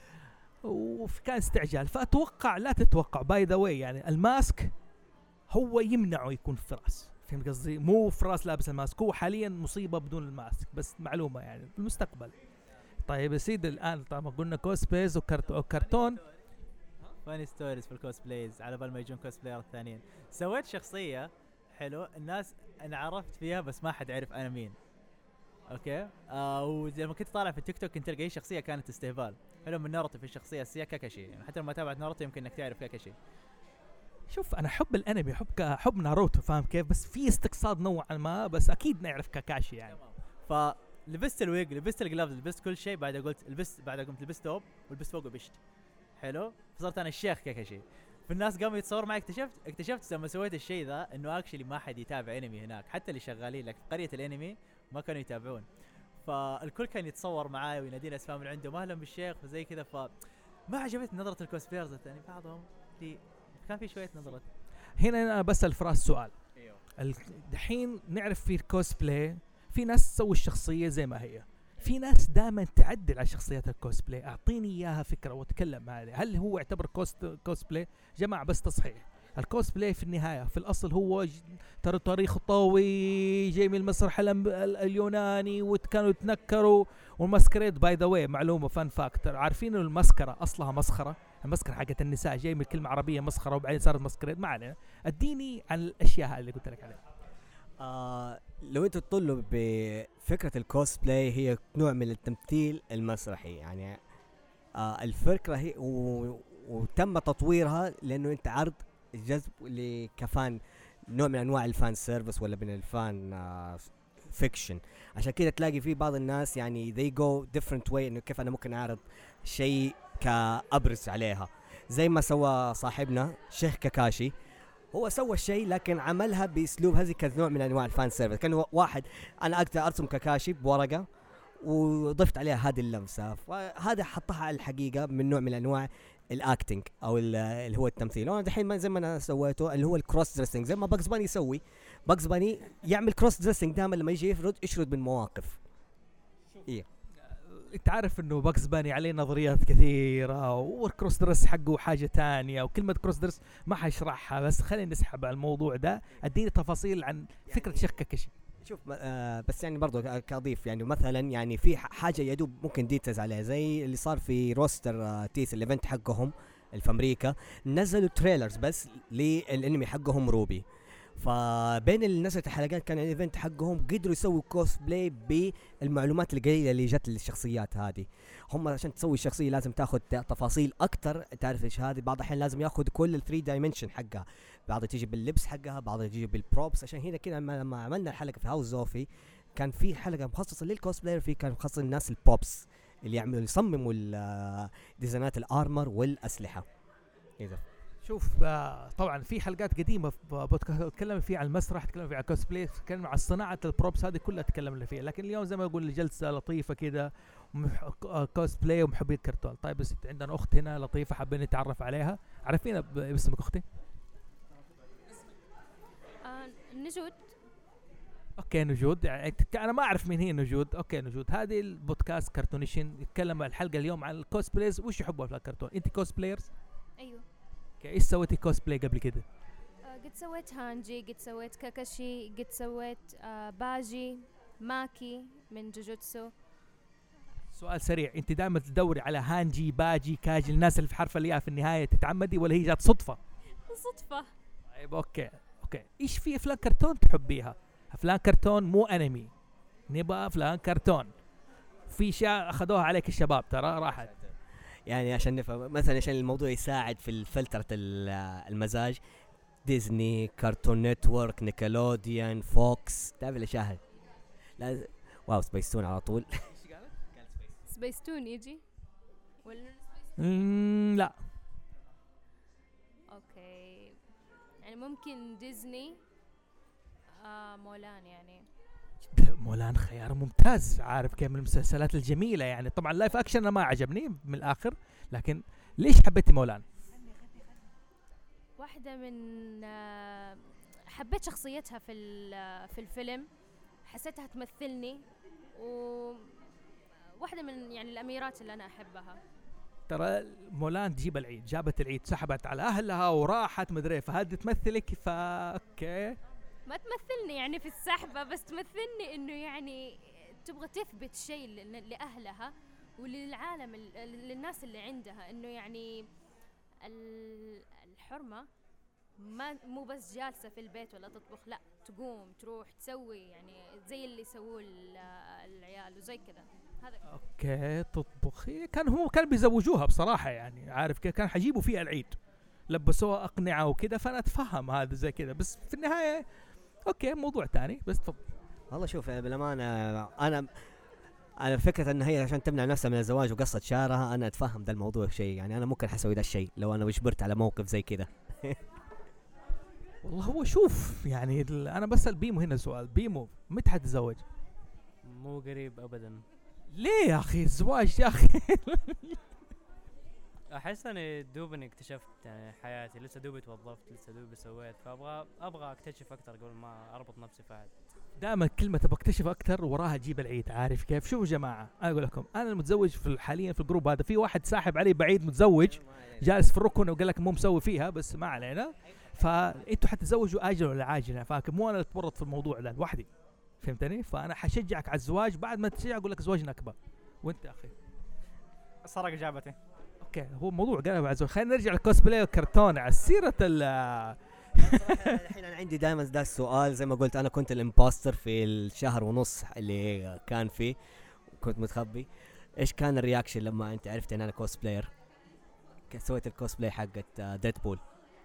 وكان استعجال، فأتوقع لا تتوقع باي ذا واي يعني الماسك هو يمنعه يكون فراس، فهمت قصدي؟ مو فراس لابس الماسك، هو حاليا مصيبة بدون الماسك، بس معلومة يعني في المستقبل. طيب يا سيدي الآن طبعا قلنا كوسبليز وكرتون. فاني ستوريز في الكوسبلايز على بال ما يجون كوسبلاير الثانيين. سويت شخصية حلو، الناس انا عرفت فيها بس ما حد عرف انا مين. اوكي ولما كنت طالع في التيك توك كنت تلقى شخصيه كانت استهبال حلو من ناروتو، في الشخصيه السياسيه كاكاشي، يعني حتى لما تابعت ناروتو يمكن انك تعرف كاكاشي. شوف انا حب الانمي، حب ناروتو، فاهم كيف؟ بس في استقصاد نوعا ما، بس اكيد نعرف كاكاشي يعني. فلبست الويج، لبست الجلافز، لبست كل شيء، بعد قلت قمت لبست توب ولبست فوقه بشت حلو، فصرت انا الشيخ كاكاشي. فالناس قاموا يتصور معي، اكتشفت لما سويت الشيء ذا انه اكشلي ما حد يتابع انمي هناك، حتى اللي شغالين لك في قريه الانمي ما كانوا يتابعون، فالكل كان يتصور معاي وينادينا اسماء من عنده اهلا بالشيخ وزي كذا. فما عجبتني نظره الكوسبلايرز الثاني، بعضهم كان في شويه نظرات. هنا انا بسال فراس سؤال. ايوه الحين نعرف في الكوسبلاي في ناس تسوي الشخصيه زي ما هي، في ناس دائما تعدل على شخصيات الكوسبلاي. اعطيني اياها فكره وتكلم معي، هل هو يعتبر كوسبلاي؟ جماعه بس تصحيح، الكوسبلاي في النهايه في الاصل هو ترى تاريخ طويل جاي من المسرح اليوناني وكانوا يتنكروا. والماسكريد باي ذا واي معلومه فان فاكتور، عارفين المسكره اصلها مسخره، المسكره حقت النساء جاي من كلمه عربيه مسخره وبعدين صارت ماسكريد. ما علينا، اديني عن الاشياء اللي قلت لك عليها. لو انتوا تطلوا بفكرة الكوسبلاي هي نوع من التمثيل المسرحي يعني. الفكرة هي وتم تطويرها لانه انت عرض جذب لكفان، نوع من انواع الفان سيرفيس ولا من الفان فيكشن. عشان كده تلاقي في بعض الناس يعني they go different way، انه كيف انا ممكن اعرض شيء كأبرز عليها، زي ما سوى صاحبنا شيخ كاكاشي. هو سوى الشيء لكن عملها باسلوب هذه كنوع من انواع الفان سيرفيس. كان واحد انا اقدر ارسم كاكاشي بورقه وضفت عليها هذه اللمسه، فهذا حطها على الحقيقه من نوع من انواع الاكتنج او اللي هو التمثيل. وانا دحين زي ما انا سويته اللي هو الكروس دريسنج، زي ما باكس باني يسوي. باكس باني يعمل كروس دريسنج دائما لما يجي يشرد من مواقف. ايه انت عارف انه باكس باني عليه نظريات كثيره، والكروس درس حقه حاجه تانية، وكلمه كروس درس ما حيشرحها، بس خلينا نسحب على الموضوع ده. اديني تفاصيل عن فكره شيخ كاكاشي. شوف بس يعني برضو كاضيف يعني مثلا يعني في حاجه يدوب ممكن ديتيلز عليها، زي اللي صار في روستر تيس الايفنت حقهم في امريكا، نزلوا تريلرز بس للانمي حقهم روبي. فبين اللي نزلت الحلقات كان الايفنت حقهم قدروا يسووا كوسبلاي بالمعلومات القليله اللي جت للشخصيات هذه. هم عشان تسوي الشخصيه لازم تاخذ تفاصيل اكثر، تعرف ايش هذه، بعض الاحيان لازم ياخذ كل ال3 دايمنشن حقها، بعضها تيجي باللبس حقها، بعضها تيجي بالبروبس. عشان هنا كده لما عملنا الحلقه في هاوس زوفي كان في حلقه مخصصه للكوسبلاير، في كان مخصص الناس البروبس اللي يصمموا ديزاينات الارمر والاسلحه. اذا شوف طبعا في حلقات قديمه تكلم فيها عن المسرح، تكلم فيها عن كوسبلاي، تكلم عن صناعه البروبس، هذه كلها تكلمنا فيها. لكن اليوم زي ما اقول جلسه لطيفه كده كوسبلاي ومحبي الكرتون. طيب بس عندنا اخت هنا لطيفه حابين نتعرف عليها، عرفينا باسمك اختي. نجود. اوكي نجود، يعني انا ما اعرف مين هي نجود. اوكي نجود، هذه البودكاست كرتونيشن يتكلم الحلقه اليوم عن الكوسبلايز وش يحبوا في الكرتون. انت كوسبلايرز؟ ايوه. ايش سويتي كوسبلاي قبل كده؟ قد سويت هانجي، قد سويت كاكاشي، قد سويت باجي ماكي من جوجوتسو. سؤال سريع، انت دائما تدوري على هانجي باجي كاجي الناس اللي في حرف الياء في النهايه تتعمدي ولا هي جات صدفه؟ صدفه. طيب اوكي ايش في افلام كرتون تحبيها؟ افلام كرتون مو انمي، نبغى افلام كرتون. في اشياء اخذوها عليك الشباب ترى راحت. يعني عشان نفهم مثلا عشان الموضوع يساعد في الفلترة المزاج، ديزني، كارتون نتورك، نيكلوديان، فوكس، تعرف الاشياء هاي. لا واو سبيستون على طول. سبيستون يجي ولا لا اوكي، يعني ممكن ديزني. مولان يعني. مولان خيار ممتاز، عارف كيف، من المسلسلات الجميلة يعني. طبعا لايف اكشن أنا ما عجبني من الاخر، لكن ليش حبيتي مولان؟ واحدة من حبيت شخصيتها في الفيلم، حسيتها تمثلني، واحدة من يعني الأميرات اللي أنا أحبها. ترى مولان تجيب العيد، جابت العيد، سحبت على أهلها وراحت مدري، فهذه تمثلك اوكي. ما تمثلني يعني في السحبة، بس تمثلني إنه يعني تبغى تثبت شيء لأهلها وللعالم، للناس اللي عندها، إنه يعني الحرمة مو بس جالسة في البيت ولا تطبخ، لا تقوم تروح تسوي يعني زي اللي يسووه العيال وزي كذا. هذا اوكي تطبخ. كان بيزوجوها بصراحة يعني، عارف كيف، كان حيجيبوا فيها العيد، لبسوها أقنعة وكذا، فأنا أتفهم هذا زي كذا، بس في النهاية اوكي موضوع تاني. بس تفضل. والله شوف بالأمانة أنا فكرة أن هي عشان تمنع نفسها من الزواج وقصت شعرها، أنا أتفهم ذا الموضوع شيء يعني. أنا ممكن حسوي ذا الشيء لو أنا وجبرت على موقف زي كذا. والله هو شوف يعني أنا بسأل بيمو هنا سؤال، بيمو متى حتتزوج؟ مو قريب ابدا. ليه يا اخي الزواج يا اخي؟ احس اني دوبني اكتشفت يعني حياتي، لسه دوبي توظفت، لسه دوبي سويت، فابغى اكتشف اكثر قبل ما اربط نفسي في احد. دائما كلمة ابغى اكتشف اكثر وراها جيب العيد، عارف كيف. شوفوا جماعة انا اقول لكم، انا المتزوج حاليا في الجروب هذا، في واحد ساحب علي بعيد متزوج جالس في الركن وقال لك مو مسوي فيها، بس ما علينا. فانتوا حتتزوجوا اجل ولا عاجل، فاكر مو انا اللي اتورط في الموضوع ده لوحدي، فهمتني؟ فانا حشجعك على الزواج، بعد ما تشجع اقول لك زواج نكبه. وانت يا اخي سرق اجابتي. اوكي هو الموضوع قلب على الزواج. خلينا نرجع للكوسبلاي والكرتون على سيره الحين انا عندي دائما ذا السؤال، زي ما قلت انا كنت الامباستر في الشهر ونص اللي كان فيه، كنت متخبي. ايش كان الرياكشن لما انت عرفت ان انا كوسبلاير؟ سويت الكوسبلاي حقت ديدبول.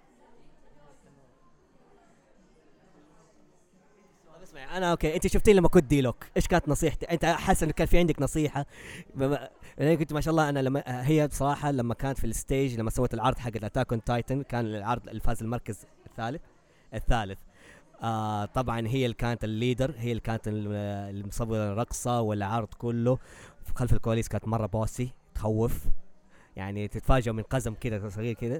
اسمع انا اوكي، انت شفتين لما كنت ديلوك ايش كانت نصيحتي؟ انت حاسس انه كان في عندك نصيحه؟ انا كنت ما شاء الله، انا لما هي بصراحه لما كانت في الستيج، لما سوت العرض حق اتاك اون تايتن، كان العرض اللي فاز المركز الثالث. طبعا هي اللي كانت الليدر، هي اللي كانت المصوره الرقصه والعرض كله. خلف الكواليس كانت مره بوسي تخوف يعني، تتفاجئ من قزم كذا صغير كذا.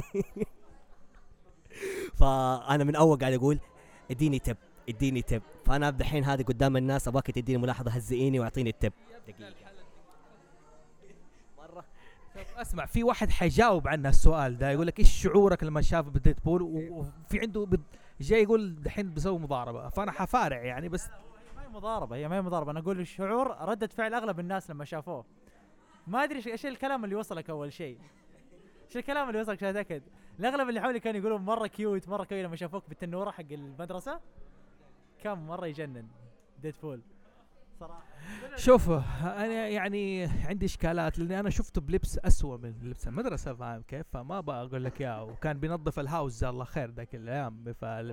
فانا من اول قاعد اقول اديني تب. فانا الحين هذه قدام الناس ابغاك تديني ملاحظه، هزئيني واعطيني التب. دقيقه مره. اسمع، في واحد حيجاوب عن السؤال ده، يقول لك ايش شعورك لما شاف بديدبول، وفي عنده جاي يقول دحين بسوي مضاربه، فانا حفارع يعني. بس ما هي مضاربه، انا اقول الشعور، ردة فعل اغلب الناس لما شافوه. ما ادري ايش الكلام اللي وصلك اول شيء، ايش الكلام اللي وصلك عشان اتاكد. الاغلب اللي حولي كانوا يقولون مره كيوت، مره كويس لما شافوك بالتنوره حق المدرسه. كان مره يجنن ديدبول صراحه. شوف انا يعني عندي اشكالات، لاني انا شفته بلبس اسوأ من لبس المدرسه، فاهم كيف؟ فما بقول لك يا، وكان بينظف الهاوس جزاه الله خير ذاك الايام.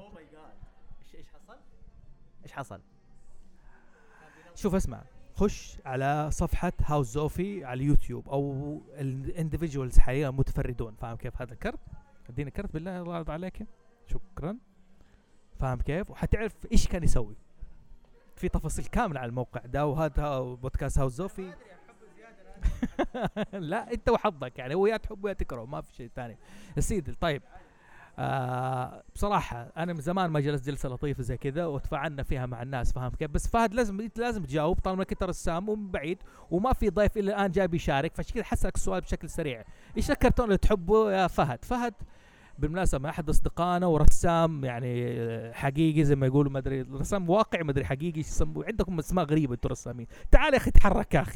ايش حصل؟ شوف اسمع، خش على صفحه هاوس زوفي على اليوتيوب، او الانديفيدوالز حاليا متفردون، فاهم كيف؟ هذا كرت، اديني كرت بالله الله يرضى عليك، شكرا. فاهم كيف؟ وحتعرف ايش كان يسوي، في تفاصيل كامله على الموقع ده. وهذا بودكاست هاوس زوفي. لا انت وحظك يعني، هو يا تحبه يا تكرهه، ما في شيء ثاني يا سيدي. طيب بصراحه انا من زمان ما جلست جلسه لطيفه زي كذا وتفاعلنا فيها مع الناس، فاهم كيف؟ بس فهد لازم تجاوب طالما انك رسام ومن بعيد وما في ضيف الى الان جاي بيشارك، فعشان كذا حسألك السؤال بشكل سريع. ايش الكرتون اللي تحبه يا فهد؟ بالمناسبة أحد أصدقائنا ورسام يعني حقيقي زي ما يقولوا، ما أدري رسام واقعي ما أدري حقيقي ايش يسموه، عندكم اسماء غريبة أنتوا رسامين. تعال يا أخي تحرك يا أخي،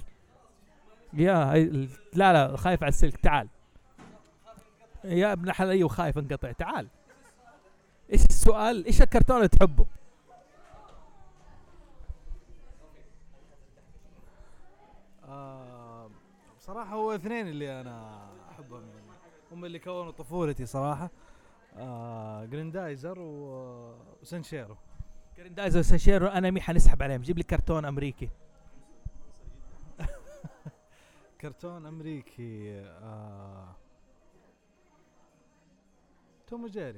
لا خايف على السلك، تعال يا ابن حلالي وخايف انقطع، تعال. إيش السؤال؟ إيش الكرتون اللي تحبه؟ صراحة هو اثنين اللي أنا أحبهم يعني، هم اللي كونوا طفولتي صراحة. جريندايزر وسانشيرو. جريندايزر وسانشيرو انمي حنسحب عليهم. جيب لي كرتون امريكي. كرتون أمريكي. توم وجيري.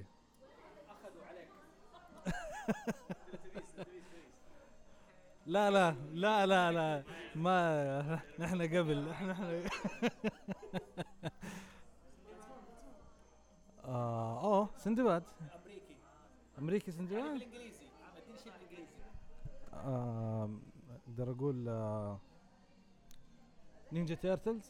لا لا لا لا لا ما نحن قبل نحن سندباد امريكي سندباد. اقدر اقول نينجا تيرتلز.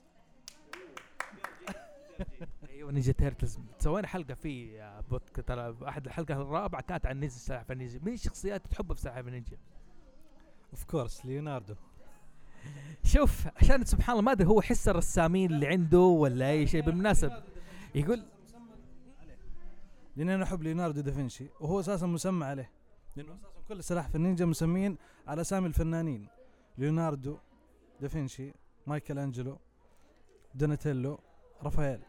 ايوه نينجا تيرتلز، سوينا حلقه فيه ترى احد الحلقه الرابعه كانت عن نينجا سلاحف النينجا. مين الشخصيات تحبها في سلاحف النينجا؟ اوف كورس ليوناردو. شوف عشان سبحان الله ما ادري هو حس الرسامين اللي عنده ولا اي شيء. بالمناسبه يقول لأن أنا أحب ليوناردو دافنشي، وهو أساسا مسمى عليه، لأنه أساسا كل سلاحف النينجا مسمين على أسامي الفنانين: ليوناردو دافنشي، مايكل أنجلو، دوناتيلو، رافائيل،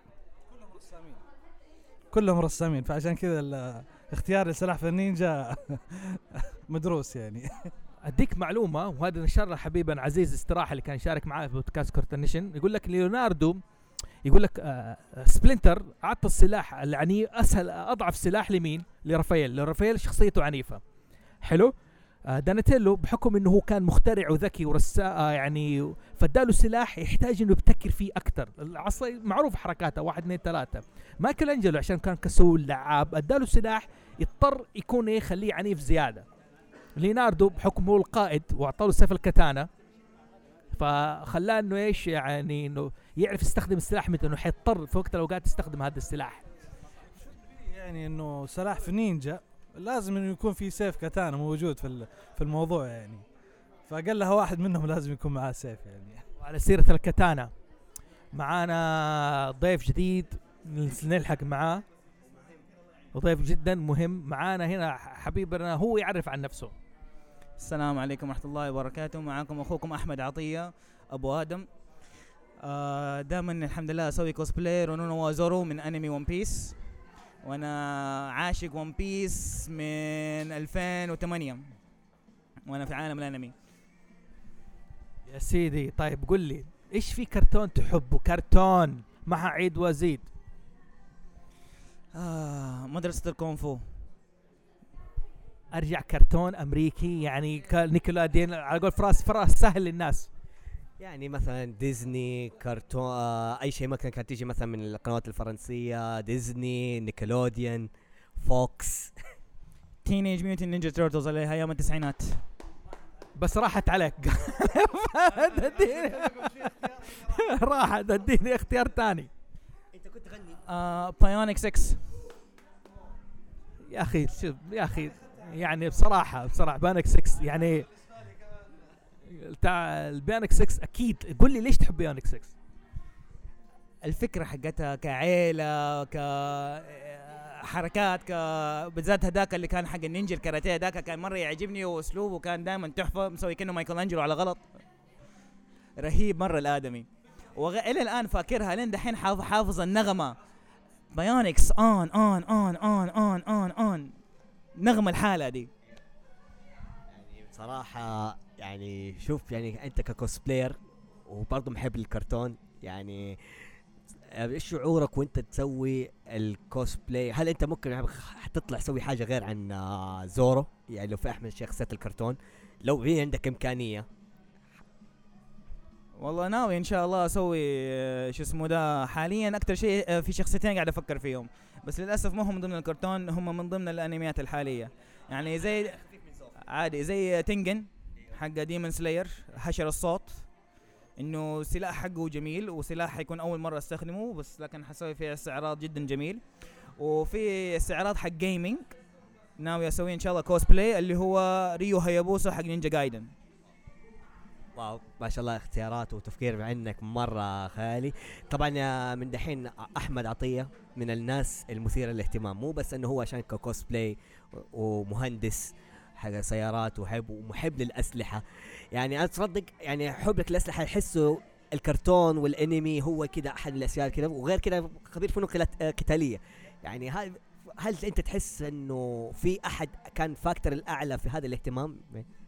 كلهم رسامين. فعشان كذا اختيار لسلاحف النينجا مدروس يعني. اديك معلومه، وهذا نشرها حبيبنا عزيز استراحه اللي كان يشارك معي في بودكاست كورتنيشن. يقول لك ليوناردو، يقول لك سبلنتر اعطى السلاح العنيف اسهل اضعف سلاح لمين؟ لرافائيل شخصيته عنيفه. حلو. دانيتيلو بحكم انه هو كان مخترع وذكي يعني فاداله سلاح يحتاج انه يبتكر فيه اكثر. العصا معروف حركاته 1 2 3. مايكل انجلو عشان كان كسول لعاب اداله سلاح يضطر يكون يخليه عنيف زياده. ليناردو بحكم هو القائد واعطاه سيف الكتانه فخلاه انه ايش يعني انه يعرف يستخدم السلاح، متى انه حيضطر في وقت الاوقات يستخدم هذا السلاح. يعني انه سلاح في نينجا لازم انه يكون في سيف كاتانا موجود في الموضوع يعني، فقال واحد منهم لازم يكون معاه سيف يعني. وعلى سيرة الكاتانا معانا ضيف جديد نلحق معاه، وضيف جدا مهم معانا هنا حبيبنا، هو يعرف عن نفسه. السلام عليكم ورحمة الله وبركاته. معكم أخوكم أحمد عطية أبو آدم. دائما الحمد لله أسوي كوسبلاي رونونو وازورو من أنمي ون بيس، وأنا عاشق ون بيس من 2008 وأنا في عالم الأنمي. يا سيدي طيب قل لي إيش في كرتون تحبه؟ كرتون مع عيد وزيد. مدرسة الكونفو. ارجع كرتون امريكي يعني نيكلوديان على قول فراس سهل للناس، يعني مثلا ديزني كرتون اي شيء مثلا كانت تيجي مثلا من القنوات الفرنسيه، ديزني، نيكلوديان، فوكس. تينيج ميوتن نينجا تيرتلز عليها ايام التسعينات. بس راحت عليك. راحت اديني اختيار ثاني. انت كنت تغني بايونيك 6. يا اخي شوف يا اخي يعني بصراحة بانك 6 يعني البيانك 6 اكيد. قل لي ليش تحب بيانك 6؟ الفكرة حقتها كعيلة كحركات بالذات هداك اللي كان حق النينجا الكاراتيه هداك كان مرة يعجبني، واسلوبه كان دائما تحفة، مسوي كأنه مايكل أنجلو على غلط. رهيب مرة الآدمي، وإلى الآن فاكرها لين دحين حافظ النغمة بايونيكس اون اون اون اون اون اون اون نغمة الحالة دي. يعني بصراحة يعني شوف يعني انت ككوسبلاير وبرضه محب للكرتون، يعني ايش شعورك وانت تسوي الكوسبلاي؟ هل انت ممكن حتطلع تسوي حاجة غير عن زورو؟ يعني لو في احمد شخصية الكرتون لو في عندك امكانية. والله ناوي ان شاء الله اسوي شو اسمه ده. حاليا اكتر شيء في شخصيتين قاعد افكر فيهم، بس للاسف ما هم من ضمن الكرتون، هم من ضمن الانميات الحاليه. يعني زي عادي زي تنجن حق ديمون سلاير، حشر الصوت، انه سلاح حقه جميل وسلاح حيكون اول مره استخدمه، بس لكن حسوي فيه استعراض جدا جميل. وفي استعراض حق جيمنج ناوي اسوي ان شاء الله كوسبلاي اللي هو ريو هايابوسا حق نينجا جايدن. واو ما شاء الله اختيارات وتفكير عندك مرة خالي. طبعا من دحين أحمد عطية من الناس المثيرة للاهتمام، مو بس أنه هو عشان كوسبلاي ومهندس حق سيارات ومحب للأسلحة. يعني أنا تصدق يعني حبك للأسلحة يحسه الكرتون والانمي هو كده احد الاشياء كده، وغير كده خبير فنون قتاليه. يعني هل انت تحس انه في احد كان فاكتور الاعلى في هذا الاهتمام؟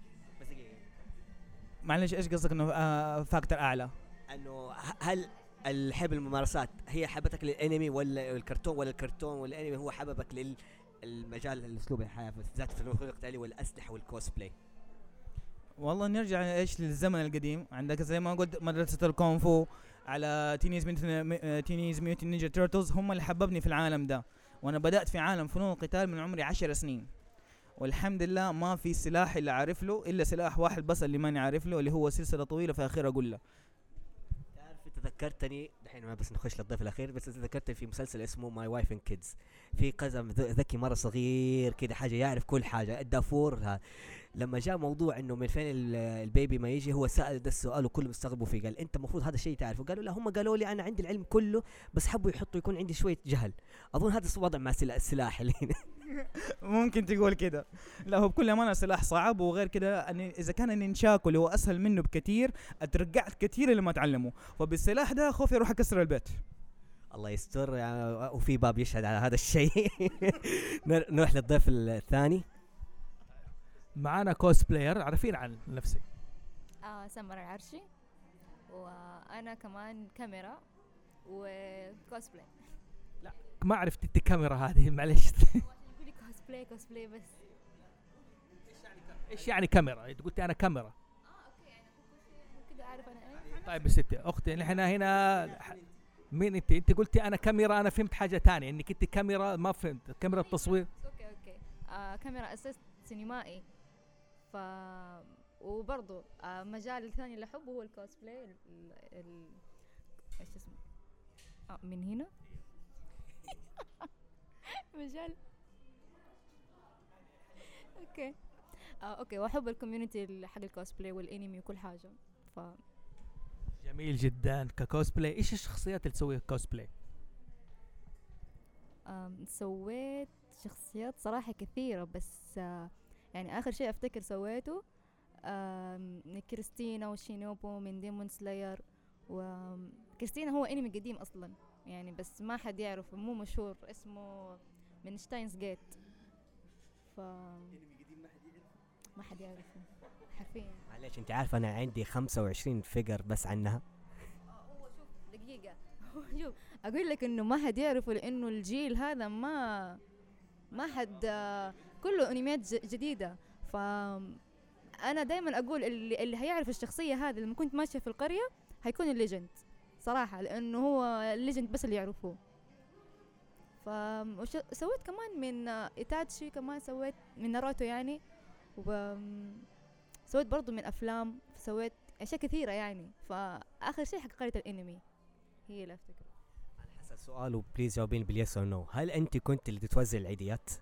معلش ايش قصدك انه فاكتور اعلى؟ انه هل الحب الممارسات هي حبتك للانمي ولا الكرتون، ولا الكرتون والانمي هو حببك للمجال الاسلوب الحياه بالذات في الفنون القتاليه والاسلحه والكوسبلاي؟ والله نرجع ايش للزمن القديم، عندك زي ما قلت مدرسة الكونفو، على تينيز ميوتن نينجا تيرتلز، هم اللي حببني في العالم ده. وانا بدأت في عالم فنون القتال من عمري 10 سنين، والحمد لله ما في سلاح اللي عارف له الا سلاح واحد بس اللي ماني عارف له، اللي هو سلسلة طويلة في اخيرا اقول له. تعرف تذكرتني الحين ما بس نخش للضيف الاخير، بس تذكرتني في مسلسل اسمه ماي وايف اند كيدز، في قزم ذكي مره صغير كده حاجه يعرف كل حاجه. الدافور لما جاء موضوع انه من فين البيبي ما يجي، هو سأل ده السؤال وكلهم استغربوا فيه، قال انت المفروض هذا الشيء تعرفه. قالوا لا، هم قالوا لي انا عندي العلم كله بس حبوا يحطوا يكون عندي شويه جهل. اظن هذا الوضع مع السلاح اللي هنا. ممكن تقول كده. لا هو بكل امانه سلاح صعب، وغير كده اذا كان النينشاكو اللي هو اسهل منه بكثير، اترقعت كثير لما اتعلمه، فبالسلاح ده خوفي اروح اكسر البيت. الله يستر يعني، وفي باب يشهد على هذا الشيء. نروح للضيف الثاني. معانا كوسبلاير، عارفين عن نفسك؟ سمر العرشي، وانا كمان كاميرا وكوسبلاي. لا ما عرفت انت كاميرا هذه، معلش. يقولي كوسبلاي بس. ايش يعني كاميرا؟ انت قلتي انا كاميرا. اوكي، يعني كده عارف انا ايه. طيب بس انت اختي، نحن هنا مين انت؟ انت قلتي انا كاميرا، انا فهمت حاجه ثانيه، انك انت كاميرا ما فهمت. كاميرا التصوير. اوكي. كاميرا اسيست سينمائي. وبرضه مجال الثاني اللي احبه هو الكوسبلاي. ايش اسمه؟ من هنا. مجال. اوكي واحب الكوميونتي حق الكوسبلاي والانمي وكل حاجه. جميل جدا. ككوسبلاي ايش الشخصيات اللي تسويها كوسبلاي؟ سويت شخصيات صراحه كثيره، بس يعني اخر شيء افتكر سويته كريستينا وشينوبو من ديمون سلاير. وكريستينا هو انمي قديم اصلا يعني، بس ما حد يعرفه، مو مشهور، اسمه من شتاينز جيت. انمي قديم ما حد يعرفه حرفيا. معلش انت عارف انا عندي 25 فيجر بس عنها. هو شوف دقيقة، شوف اقول لك انه ما حد يعرفه لانه الجيل هذا ما حد كله انميات جديدة. انا دايما اقول اللي هيعرف الشخصية هذه لما كنت ماشية في القرية هيكون الليجند صراحة، لانه هو الليجند بس اللي يعرفوه. سويت كمان من إيتاتشي، كمان سويت من ناروتو يعني، وسويت برضو من أفلام، سويت أشياء كثيرة يعني. فآخر شيء حق قرية الأنمي هي اللي أفتكر. أنا حسأل سؤال وبليز جاوبين باليس أو نو. هل أنت كنت اللي تتوزع العيديات؟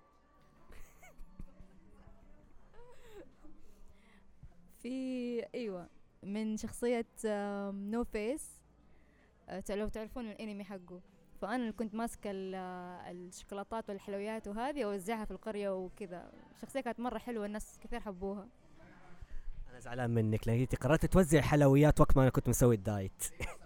أيوة، من شخصية نو فيس، لو تعرفون الأنمي حقه. فأنا اللي كنت ماسكة الشوكولاتات والحلويات وهذه أوزعها في القرية وكذا. الشخصية كانت مرة حلوة، الناس كثير حبوها. أنا زعلان منك لأنك قررت توزع حلويات وقت ما أنا كنت مسوي الدايت.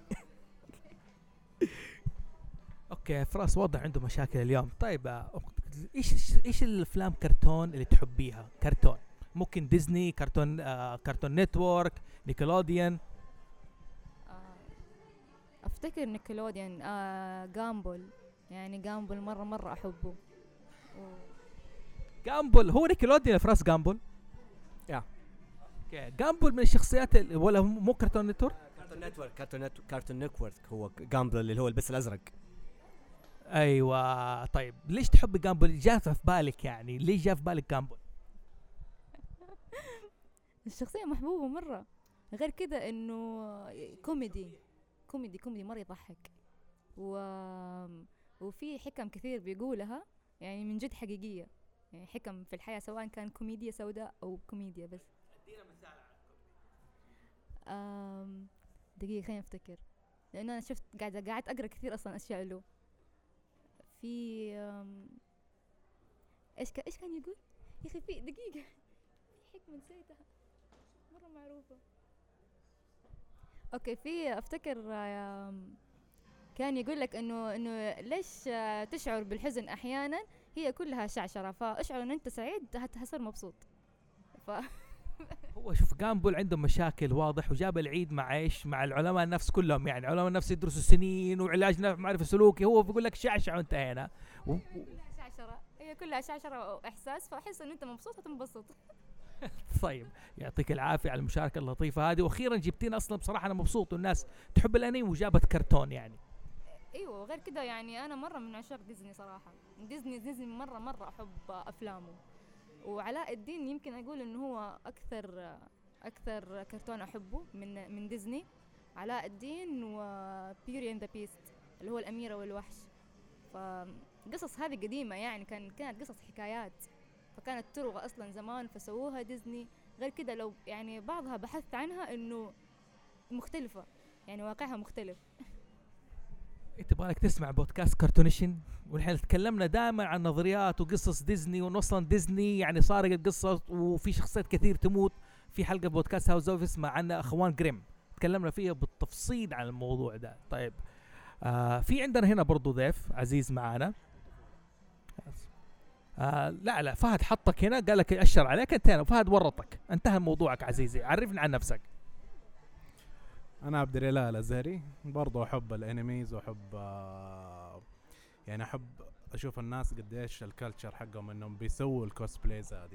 اوكي، فراس واضح عنده مشاكل اليوم. طيب ايش الافلام كرتون اللي تحبيها؟ كرتون ممكن ديزني، كرتون نتورك، نيكلوديان. افتكر نيكلوديان، جامبل، يعني جامبل مرة احبه. جامبل هو نيكلوديان فراس؟ جامبل اوكي. جامبل من الشخصيات ولا مو كرتون نتورك؟ كرتون نتورك هو جامبل اللي هو البس الازرق. ايوه. طيب ليش تحب جامبل؟ جاء في بالك يعني ليش جاء في بالك جامبل؟ الشخصية محبوبة مرة، غير كده انه كوميدي مرة يضحك، وفي حكم كثير بيقولها يعني من جد حقيقية، يعني حكم في الحياة سواء كان كوميديا سوداء او كوميديا بس. ادينا مثال على دقيقة خليني افتكر، لانه انا شفت قاعد اقرا كثير اصلا اشياء له. في ايش كان يقول يا اخي؟ في دقيقة، في حكمة نسيتها مرة معروفة. اوكي، في افتكر كان يقول لك انه ليش تشعر بالحزن احيانا، هي كلها شعشره، فاشعر ان انت سعيد هتصير مبسوط. ف هو شوف جامبل عندهم مشاكل واضح، وجاب العيد مع ايش؟ مع العلماء النفس كلهم، يعني علماء النفس يدرسوا سنين وعلاج معرفة سلوكي، هو بيقول لك شعشع وانتهينا. كلها شعشره، هي كلها شعشره واحساس، فاحس ان انت مبسوط هتنبسط. طيب يعطيك العافيه على المشاركه اللطيفه هذه، واخيرا جبتينا اصلا بصراحه انا مبسوط، والناس تحب الانمي وجابت كرتون يعني. ايوه، وغير كده يعني انا مره من عشاق ديزني صراحه. ديزني مره احب افلامه. وعلاء الدين يمكن اقول انه هو اكثر كرتون احبه من ديزني. علاء الدين وبيوري اند ذا بيست اللي هو الاميره والوحش. فقصص هذه قديمه يعني، كانت قصص حكايات، فكانت تروى اصلا زمان فسووها ديزني. غير كده لو يعني بعضها بحثت عنها انه مختلفه، يعني واقعها مختلف. انت بالك تسمع بودكاست كرتونيشن، والحين تكلمنا دائما عن نظريات وقصص ديزني، وأصلا ديزني يعني سارق القصة وفي شخصيات كثير تموت. في حلقة بودكاست هاوس اوف اسمها عن اخوان جريم، تكلمنا فيها بالتفصيل عن الموضوع ده. طيب في عندنا هنا برضو ضيف عزيز معانا. لا فهد حطك هنا، قال لك اشر عليك انت هنا، فهد ورطك، انتهى موضوعك عزيزي، عرفنا عن نفسك. انا عبد الاله الازهري، برضو احب الانميز واحب يعني احب اشوف الناس قديش الكالتشر حقهم انهم بيسووا الكوسبلايز هذه.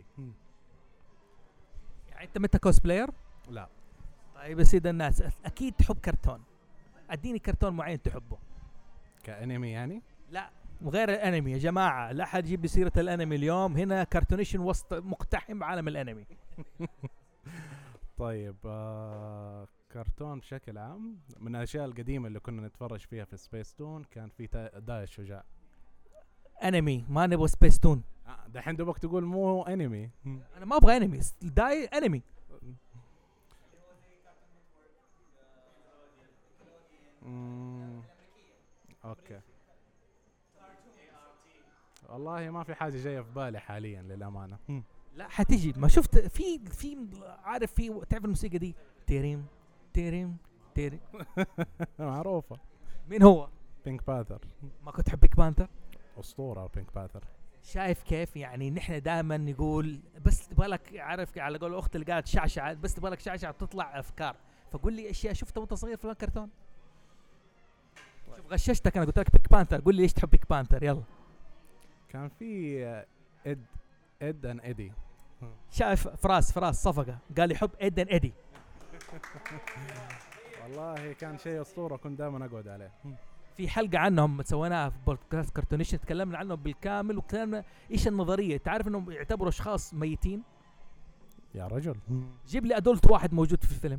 يعني انت متى كوسبلاير؟ لا. طيب يا سيد الناس، اكيد تحب كرتون، اديني كرتون معين تحبه كانمي يعني؟ لا وغير الانمي يا جماعه، لا حد يجيب لي سيره الانمي اليوم، هنا كرتونيشن وسط مقتحم عالم الانمي. طيب كرتون بشكل عام من الاشياء القديمه اللي كنا نتفرج فيها في سبيس تون كان في داي الشجاع. انمي ما نبغى سبيس تون. دحين دوبك تقول مو انمي. انا ما ابغى انمي، داي انمي. اوكي والله ما في حاجه جايه في بالي حاليا للامانه. لا حتيجي، ما شفت في عارف، في تعرف الموسيقى دي تيريم تيريم تيريم معروفه. مين هو؟ بينك بانثر. ما كنت تحب بينك بانثر؟ اسطوره بينك بانثر. شايف كيف يعني نحن دائما نقول بس بالك عارف على قول الاخت اللي قالت شعشع، بس بالك شعشع تطلع افكار، فقول لي اشياء شفتها وانت صغير في الكرتون. شوف غششتك، انا قلت لك بينك بانثر، قول لي ليش تحب بينك بانثر يلا. كان في اد ان ادي. شايف فراس صفقه قال يحب اد ان ادي. والله كان شيء اسطوره، كنت دائما اقعد عليه. في حلقه عنهم سويناها في بودكاست كرتونيشن، تكلمنا عنهم بالكامل، وتكلمنا ايش النظريه. تعرف انهم يعتبروا اشخاص ميتين يا رجل؟ جيب لي ادولت واحد موجود في الفيلم.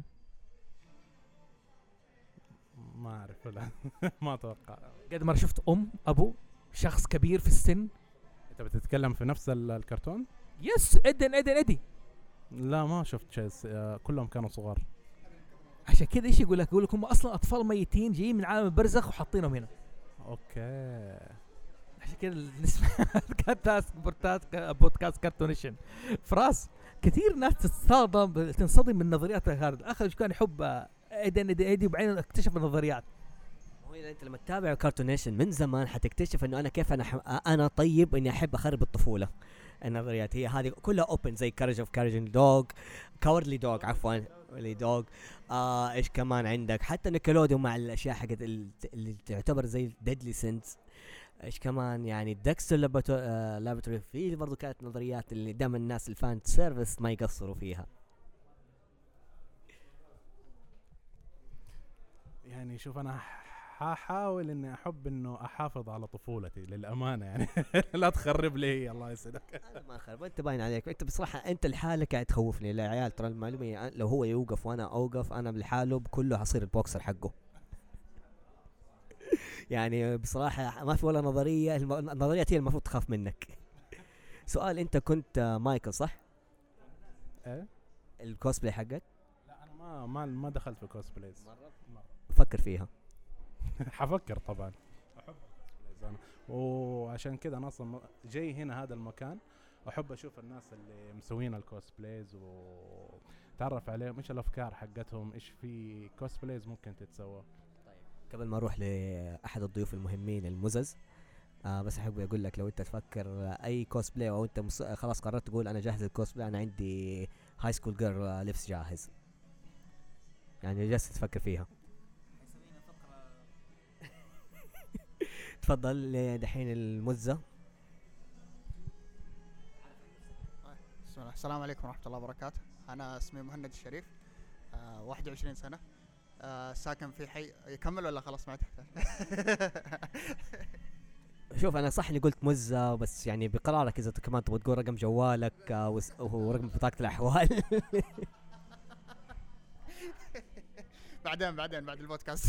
ما اعرف لا ما اتوقع. قد ما شفت ابو شخص كبير في السن. انت بتتكلم في نفس الكرتون؟ يس ادي. لا ما شفت شيء، كلهم كانوا صغار. عشان كذا ايش يقول لك هم اصلا اطفال ميتين جايين من عالم البرزخ وحاطينهم هنا. اوكي عشان كذا نسمع بودكاست كرتونيشن. فراس كثير ناس تنصدم من نظريات هذا. الاخر كان يحب ايدي وبعدين اكتشف النظريات. انت لما تتابع كرتونيشن من زمان حتكتشف انه انا كيف انا طيب اني احب اخرب الطفوله. النظريات هي هذه كلها اوبن، زي كارج اوف كارجن دوغ، كاورلي دوغ عفوا لي دوغ. ايش كمان عندك؟ حتى نيكلوديون مع الاشياء حقت اللي تعتبر زي ديدلي سينس. ايش كمان يعني ديكستر لابوراتوري، في برضو كانت نظريات اللي دائما الناس الفان سيرفيس ما يقصروا فيها. يعني شوف انا حاول اني احب انه احافظ على طفولتي للامانه يعني لا تخرب لي الله يسعدك. انا ما خرب، انت باين عليك، انت بصراحه انت لحالك قاعد تخوفني. لا عيال ترى المعلومه لو هو يوقف وانا اوقف انا لحاله كله حصير البوكسر حقه. يعني بصراحه ما في ولا نظريه، النظريات هي المفروض تخاف منك. سؤال، انت كنت مايكل صح؟ ايه الكوسبلاي حقك؟ لا انا ما دخلت في كوسبلايز. فكر فيها. حفكر طبعا، احب الكوسبلايز انا، وعشان كذا انا اصلا جاي هنا هذا المكان، احب اشوف الناس اللي مسوين الكوسبلايز تعرف عليهم، ايش الافكار حقتهم، ايش في كوسبلايز ممكن تتسوى. قبل ما اروح لاحد الضيوف المهمين المزز، بس احب اقول لك لو انت تفكر اي كوسبلاي او انت خلاص قررت تقول انا جاهز الكوسبلاي، انا عندي هاي سكول جير لبس جاهز، يعني جالس تفكر فيها. تفضل دحين المزة. بسم الله. السلام عليكم ورحمة الله وبركاته. أنا اسمي مهند الشريف، 21 سنة، ساكن في حي. يكمل ولا خلاص ما تحتاج؟ شوف انا صح اللي قلت مزة، بس يعني بقرارك اذا كمان تبغى تقول رقم جوالك ورقم بطاقة الاحوال. بعدين بعد البودكاست.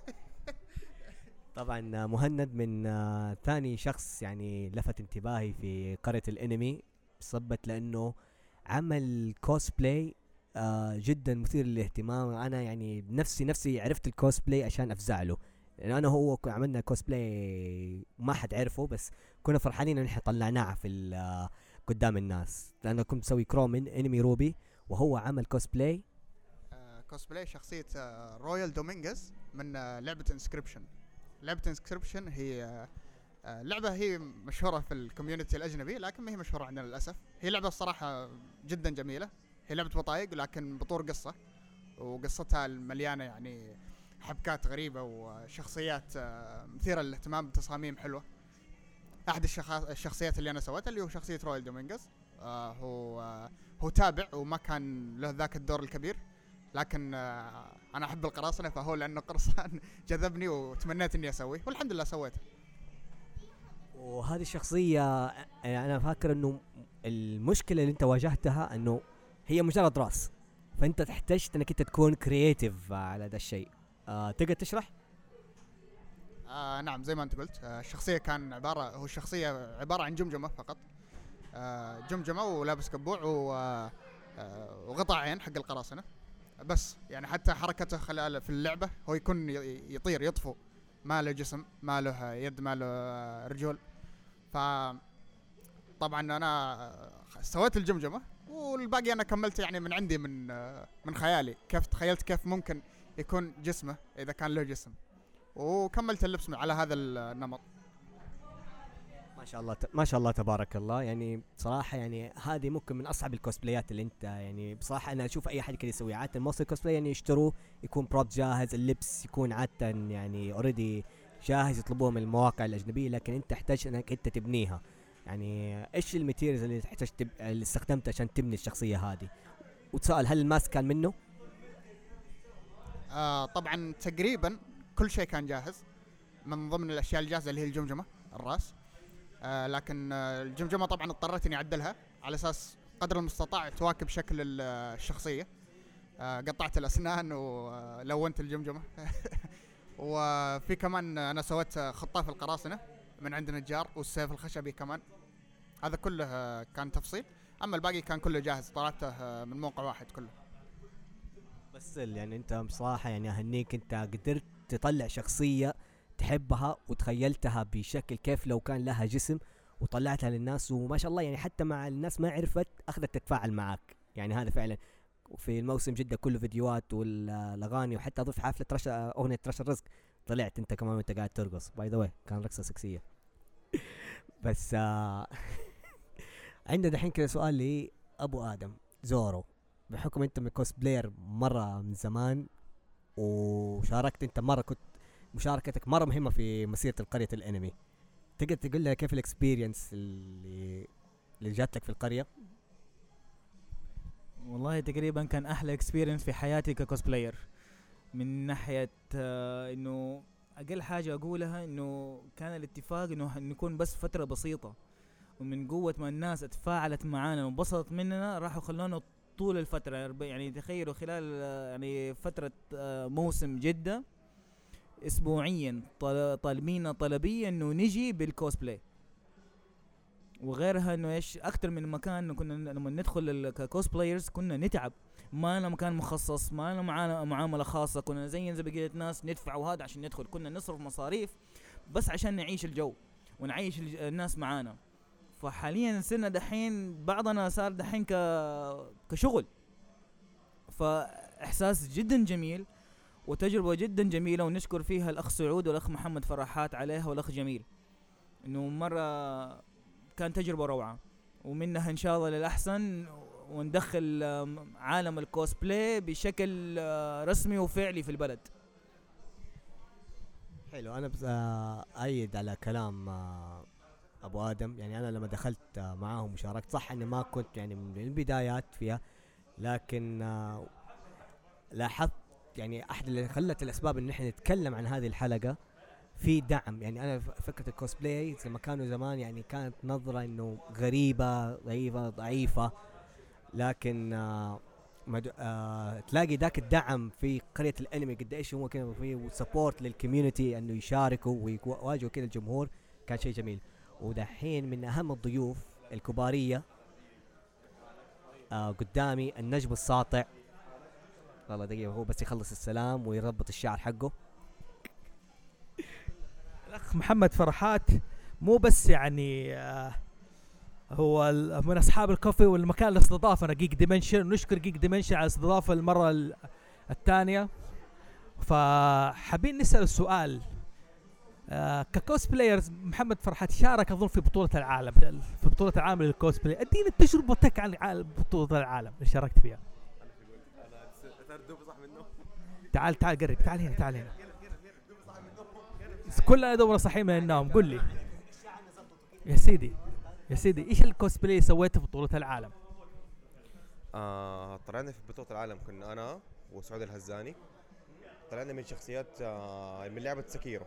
طبعا مهند من ثاني شخص يعني لفت انتباهي في قرية الانمي، بسبت لانه عمل كوسبلاي جدا مثير للاهتمام. انا يعني نفسي عرفت الكوسبلاي عشان افزع له، لأن انا هو عملنا كوسبلاي ما حد عرفه، بس كنا فرحانين ان احنا طلعناه في قدام الناس، لانه كنت مسوي كرو من انمي روبي وهو عمل كوسبلاي. كوسبلاي شخصية رويال دومينغز من لعبة انسكريبشن. لعبة انسكريبشن هي لعبة هي مشهورة في الكوميونتي الأجنبي، لكن ما هي مشهورة عندنا للأسف. هي لعبة الصراحة جدا جميلة، هي لعبة بطايق لكن بطور قصة، وقصتها مليانة يعني حبكات غريبة وشخصيات مثيرة للاهتمام بتصاميم حلوة. أحد الشخصيات اللي أنا سويتها اللي هو شخصية رويال دومينغز، هو تابع وما كان له ذاك الدور الكبير، لكن أنا أحب القراصنة، فهو لأنه قرصان جذبني وتمنيت إني أسويه، والحمد لله سويته. وهذه الشخصية أنا فاكر إنه المشكلة اللي أنت واجهتها إنه هي مجرد راس، فأنت تحتاج إنك أنت تكون كرياتيف على هذا الشيء. تقدر تشرح؟ نعم، زي ما أنت قلت، الشخصية كان هو الشخصية عبارة عن جمجمة فقط، جمجمة ولابس كبوع وغطاء عين حق القراصنة بس. يعني حتى حركته خلال في اللعبة هو يكون يطير يطفو، ما له جسم، ما له يد، ما له رجول. طبعا انا سويت الجمجمة والباقي انا كملت يعني من عندي من خيالي، كيف تخيلت كيف ممكن يكون جسمه اذا كان له جسم، وكملت اللبس على هذا النمط. ما شاء الله تبارك الله. يعني بصراحة يعني هذه ممكن من أصعب الكوسبلايات اللي أنت يعني بصراحة أنا أشوف أي حد كده يسوي. عادة الموصل كوسبلاي يعني يشتروا يكون بروب جاهز، اللبس يكون عادة يعني اوريدي جاهز يطلبوه من المواقع الأجنبية، لكن أنت تحتاج أنك أنت تبنيها. يعني إيش الماتيريالز اللي تحتاج اللي استخدمتها عشان تبني الشخصية هذه؟ وتسأل هل الماسك كان منه؟ طبعا تقريبا كل شيء كان جاهز، من ضمن الأشياء الجاهزة اللي هي الجمجمة الرأس، لكن الجمجمة طبعا اضطريت اني اعدلها على اساس قدر المستطاع تواكب شكل الشخصية. قطعت الاسنان ولونت الجمجمة. وفي كمان انا سويت خطاف القراصنة من عند نجار، والسيف الخشبي كمان. هذا كله كان تفصيل، اما الباقي كان كله جاهز، طلعته من موقع واحد كله. بس يعني انت بصراحة يعني اهنيك، انت قدرت تطلع شخصية تحبها وتخيلتها بشكل كيف لو كان لها جسم وطلعتها للناس، وما شاء الله يعني حتى مع الناس ما عرفت اخذت تتفاعل معك. يعني هذا فعلا في الموسم جدة كله فيديوهات والاغاني، وحتى اضيف حفلة اغنية رش الرزق طلعت انت كمان وانت قاعد ترقص. باي ذا واي كان رقصة سكسية. بس عندنا الحين كذا سؤال لي ابو ادم زورو، بحكم انت من كوسبلاير مرة من زمان وشاركت انت مرة، كنت مشاركتك مرة مهمة في مسيرة القرية الانمي، تقدر تقول لنا كيف الاكسبيرينس اللي جات لك في القرية؟ والله تقريبا كان احلى اكسبيرينس في حياتي ككوسبلاير، من ناحية انه اقل حاجة اقولها انه كان الاتفاق انه نكون بس فترة بسيطة، ومن قوة ما الناس اتفاعلت معانا وانبسطت مننا راحوا خلونا طول الفترة. يعني تخيلوا خلال يعني فترة موسم جدة اسبوعيا طالبين طلبية انه نجي بالكوسبلاي، وغيرها انه ايش اكتر من مكان. كنا لما ندخل ككوسبلايرز كنا نتعب، ما لنا مكان مخصص، ما لنا معانا معاملة خاصة، كنا زي بقية ناس ندفع وهذا عشان ندخل، كنا نصرف مصاريف بس عشان نعيش الجو ونعيش الناس معانا. فحاليا صرنا دحين بعضنا صار دحين كشغل، فاحساس جدا جميل وتجربه جدا جميله، ونشكر فيها الاخ سعود والاخ محمد فرحات عليها والاخ جميل، انه مره كان تجربه روعه، ومنها ان شاء الله للاحسن، وندخل عالم الكوسبلاي بشكل رسمي وفعلي في البلد. حلو. انا بس ايد على كلام ابو ادم. يعني انا لما دخلت معاهم وشاركت، صح اني ما كنت يعني من البدايات فيها، لكن لاحظت يعني احد اللي خلت الاسباب ان احنا نتكلم عن هذه الحلقه في دعم. يعني انا فكره الكوسبلاي لما كانوا زمان يعني كانت نظره انه غريبه ضعيفه، لكن تلاقي ذاك الدعم في قريه الانمي قد ايش هو كذا، في سبورت للكوميونتي انه يشاركوا ويواجهوا كذا الجمهور، كان شيء جميل. ودحين من اهم الضيوف الكباريه قدامي النجم الساطع. والله دقيقه هو بس يخلص السلام ويربط الشعر حقه. الاخ محمد فرحات مو بس يعني هو من اصحاب الكوفي والمكان اللي استضافنا جيك ديمنشن، ونشكر جيك ديمنشن على الاستضافه المره الثانيه. فحابين نسال السؤال ككوس بلايرز. محمد فرحات شارك اظن في بطوله العالم، في بطوله العالم للكوسبلاي. اديني تجربتك عن بطوله العالم اللي شاركت فيها. تعال قرب، تعال هنا كلنا دوره صحيح من النوم. قل لي يا سيدي ايش الكوسبلاي سويته في بطوله العالم؟ طلعنا في بطوله العالم، كنا انا وسعود الهزاني، طلعنا من شخصيات من لعبه سكيرو.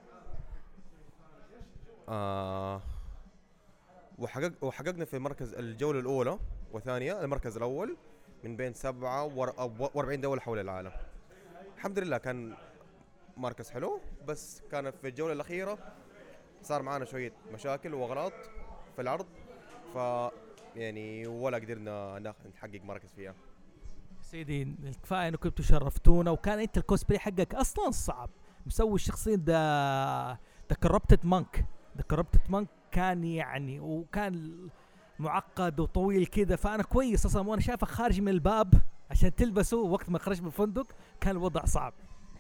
وحققنا في مركز الجوله الاولى وثانيه المركز الاول من بين 47 دوله حول العالم. الحمد لله كان مركز حلو، بس كان في الجوله الاخيره صار معانا شويه مشاكل واغلاط في العرض، يعني ولا قدرنا نحقق مركز فيها. سيدي الكفايه انكم كنتوا شرفتونا، وكان انت الكوسبلاي حقك اصلا صعب، مسوي الشخصيه ذا كربتد مانك. كان يعني وكان معقد وطويل كذا، فانا كويس اصلا وانا شايفك خارج من الباب عشان تلبسه وقت ما خرج من الفندق كان الوضع صعب.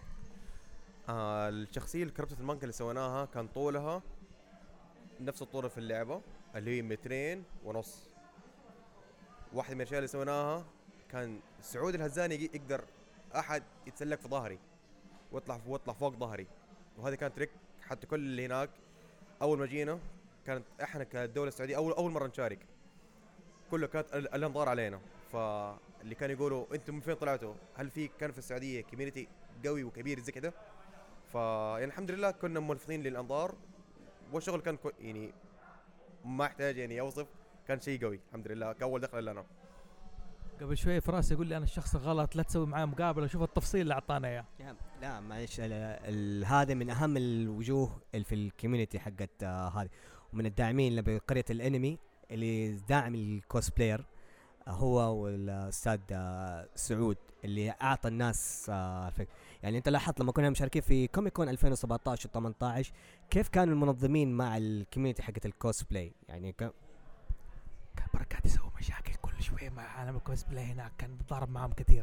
الشخصيه الكربتد مانك اللي سويناها كان طولها نفس الطول في اللعبه اللي هي 2 ونص. واحد من الاشياء اللي سويناها كان سعود الهزاني يقدر احد يتسلق في ظهري واطلع فوق ظهري، وهذا كان تريك حتى كل اللي هناك. اول ما جينا كانت احنا كدوله السعوديه اول مره نشارك، كله كانت الانظار علينا، فاللي كانوا يقولوا انتم من فين طلعتوا؟ هل كان في السعوديه كوميونتي قوي وكبير زي كده؟ يعني الحمد لله كنا ملفظين للانظار، والشغل كان يعني ما احتاج يعني اوصف، كان شيء قوي الحمد لله كاول دخله لنا. قبل شويه فراس يقول لي انا الشخص غلط، لا تسوي معاه مقابله، شوف التفصيل اللي اعطانا اياه. لا معلش، هذا من اهم الوجوه اللي في الكوميونتي حقت هذه، ومن الداعمين بقريه الانمي اللي داعم الكوسبلاير هو والاستاذ سعود اللي اعطى الناس يعني انت لاحظت لما كنا مشاركين في كوميكون 2017 و18 كيف كانوا المنظمين مع الكوميونتي حقت الكوسبلاي. يعني كان بركات يسوي مشاكل كل شويه مع عالم الكوسبلاي هناك، كان بتضارب معهم كثير.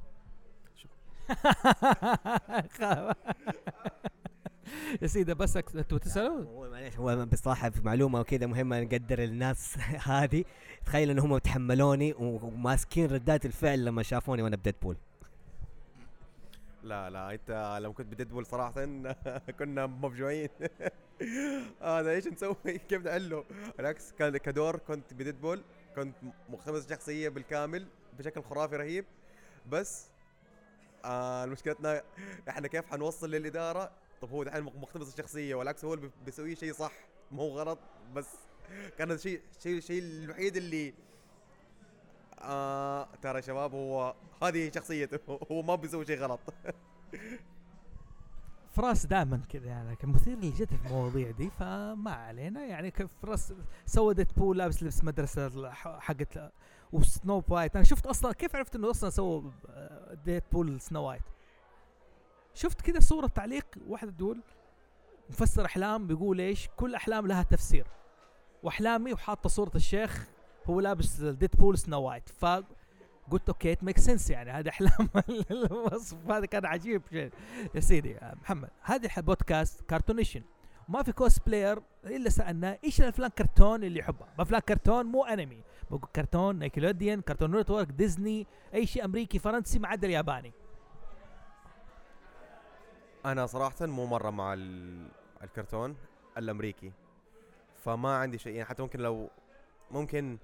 يا سيدي بس انتوا تسالوا. هو معليش، هو بصراحه في معلومه وكذا مهمه نقدر الناس هذه. تخيل ان هم تحملوني وماسكين ردات الفعل لما شافوني وانا بديدبول. لا انت لما كنت بديدبول صراحه كنا مفجوعين. هذا ايش نسوي؟ كيف نحله؟ بالعكس كان كدور كنت بديدبول كنت مقتبس الشخصيه بالكامل بشكل خرافي رهيب، بس مشكلتنا احنا كيف حنوصل للاداره؟ طب هو دحين مقتبس الشخصيه والعكس هو اللي بيسوي شيء صح ما هو غلط، بس كان الشيء الوحيد اللي ترى شباب هو هذه شخصيته، هو ما بيسوي شيء غلط. فراس دائما كذا يعني مثير للجدل في المواضيع دي، فما علينا. يعني كيف فراس سوى ديدبول لابس لبس مدرسه حقت وسنو وايت. انا شفت اصلا كيف عرفت انه اصلا سوى ديدبول سنو وايت. شفت كذا صورة تعليق واحد تقول مفسر احلام بيقول ايش كل احلام لها تفسير، واحلامي وحاطه صورة الشيخ هو لابس ديدبول سنو وايت. قلت اوكي ات ميك سنس، يعني هذا احلام الوصف هذا كان عجيب شيء. يا سيدي يا محمد، هذه بودكاست كارتونيشن وما في كوست بلاير الا سالناه ايش الافلام كرتون اللي يحبها. افلام كرتون مو انمي، بقول كرتون نيكلوديان، كرتون نتورك، ديزني، اي شيء امريكي فرنسي ما عدا الياباني. انا صراحه مو مره مع الكرتون الامريكي، فما عندي شيء. يعني حتى ممكن لو ممكن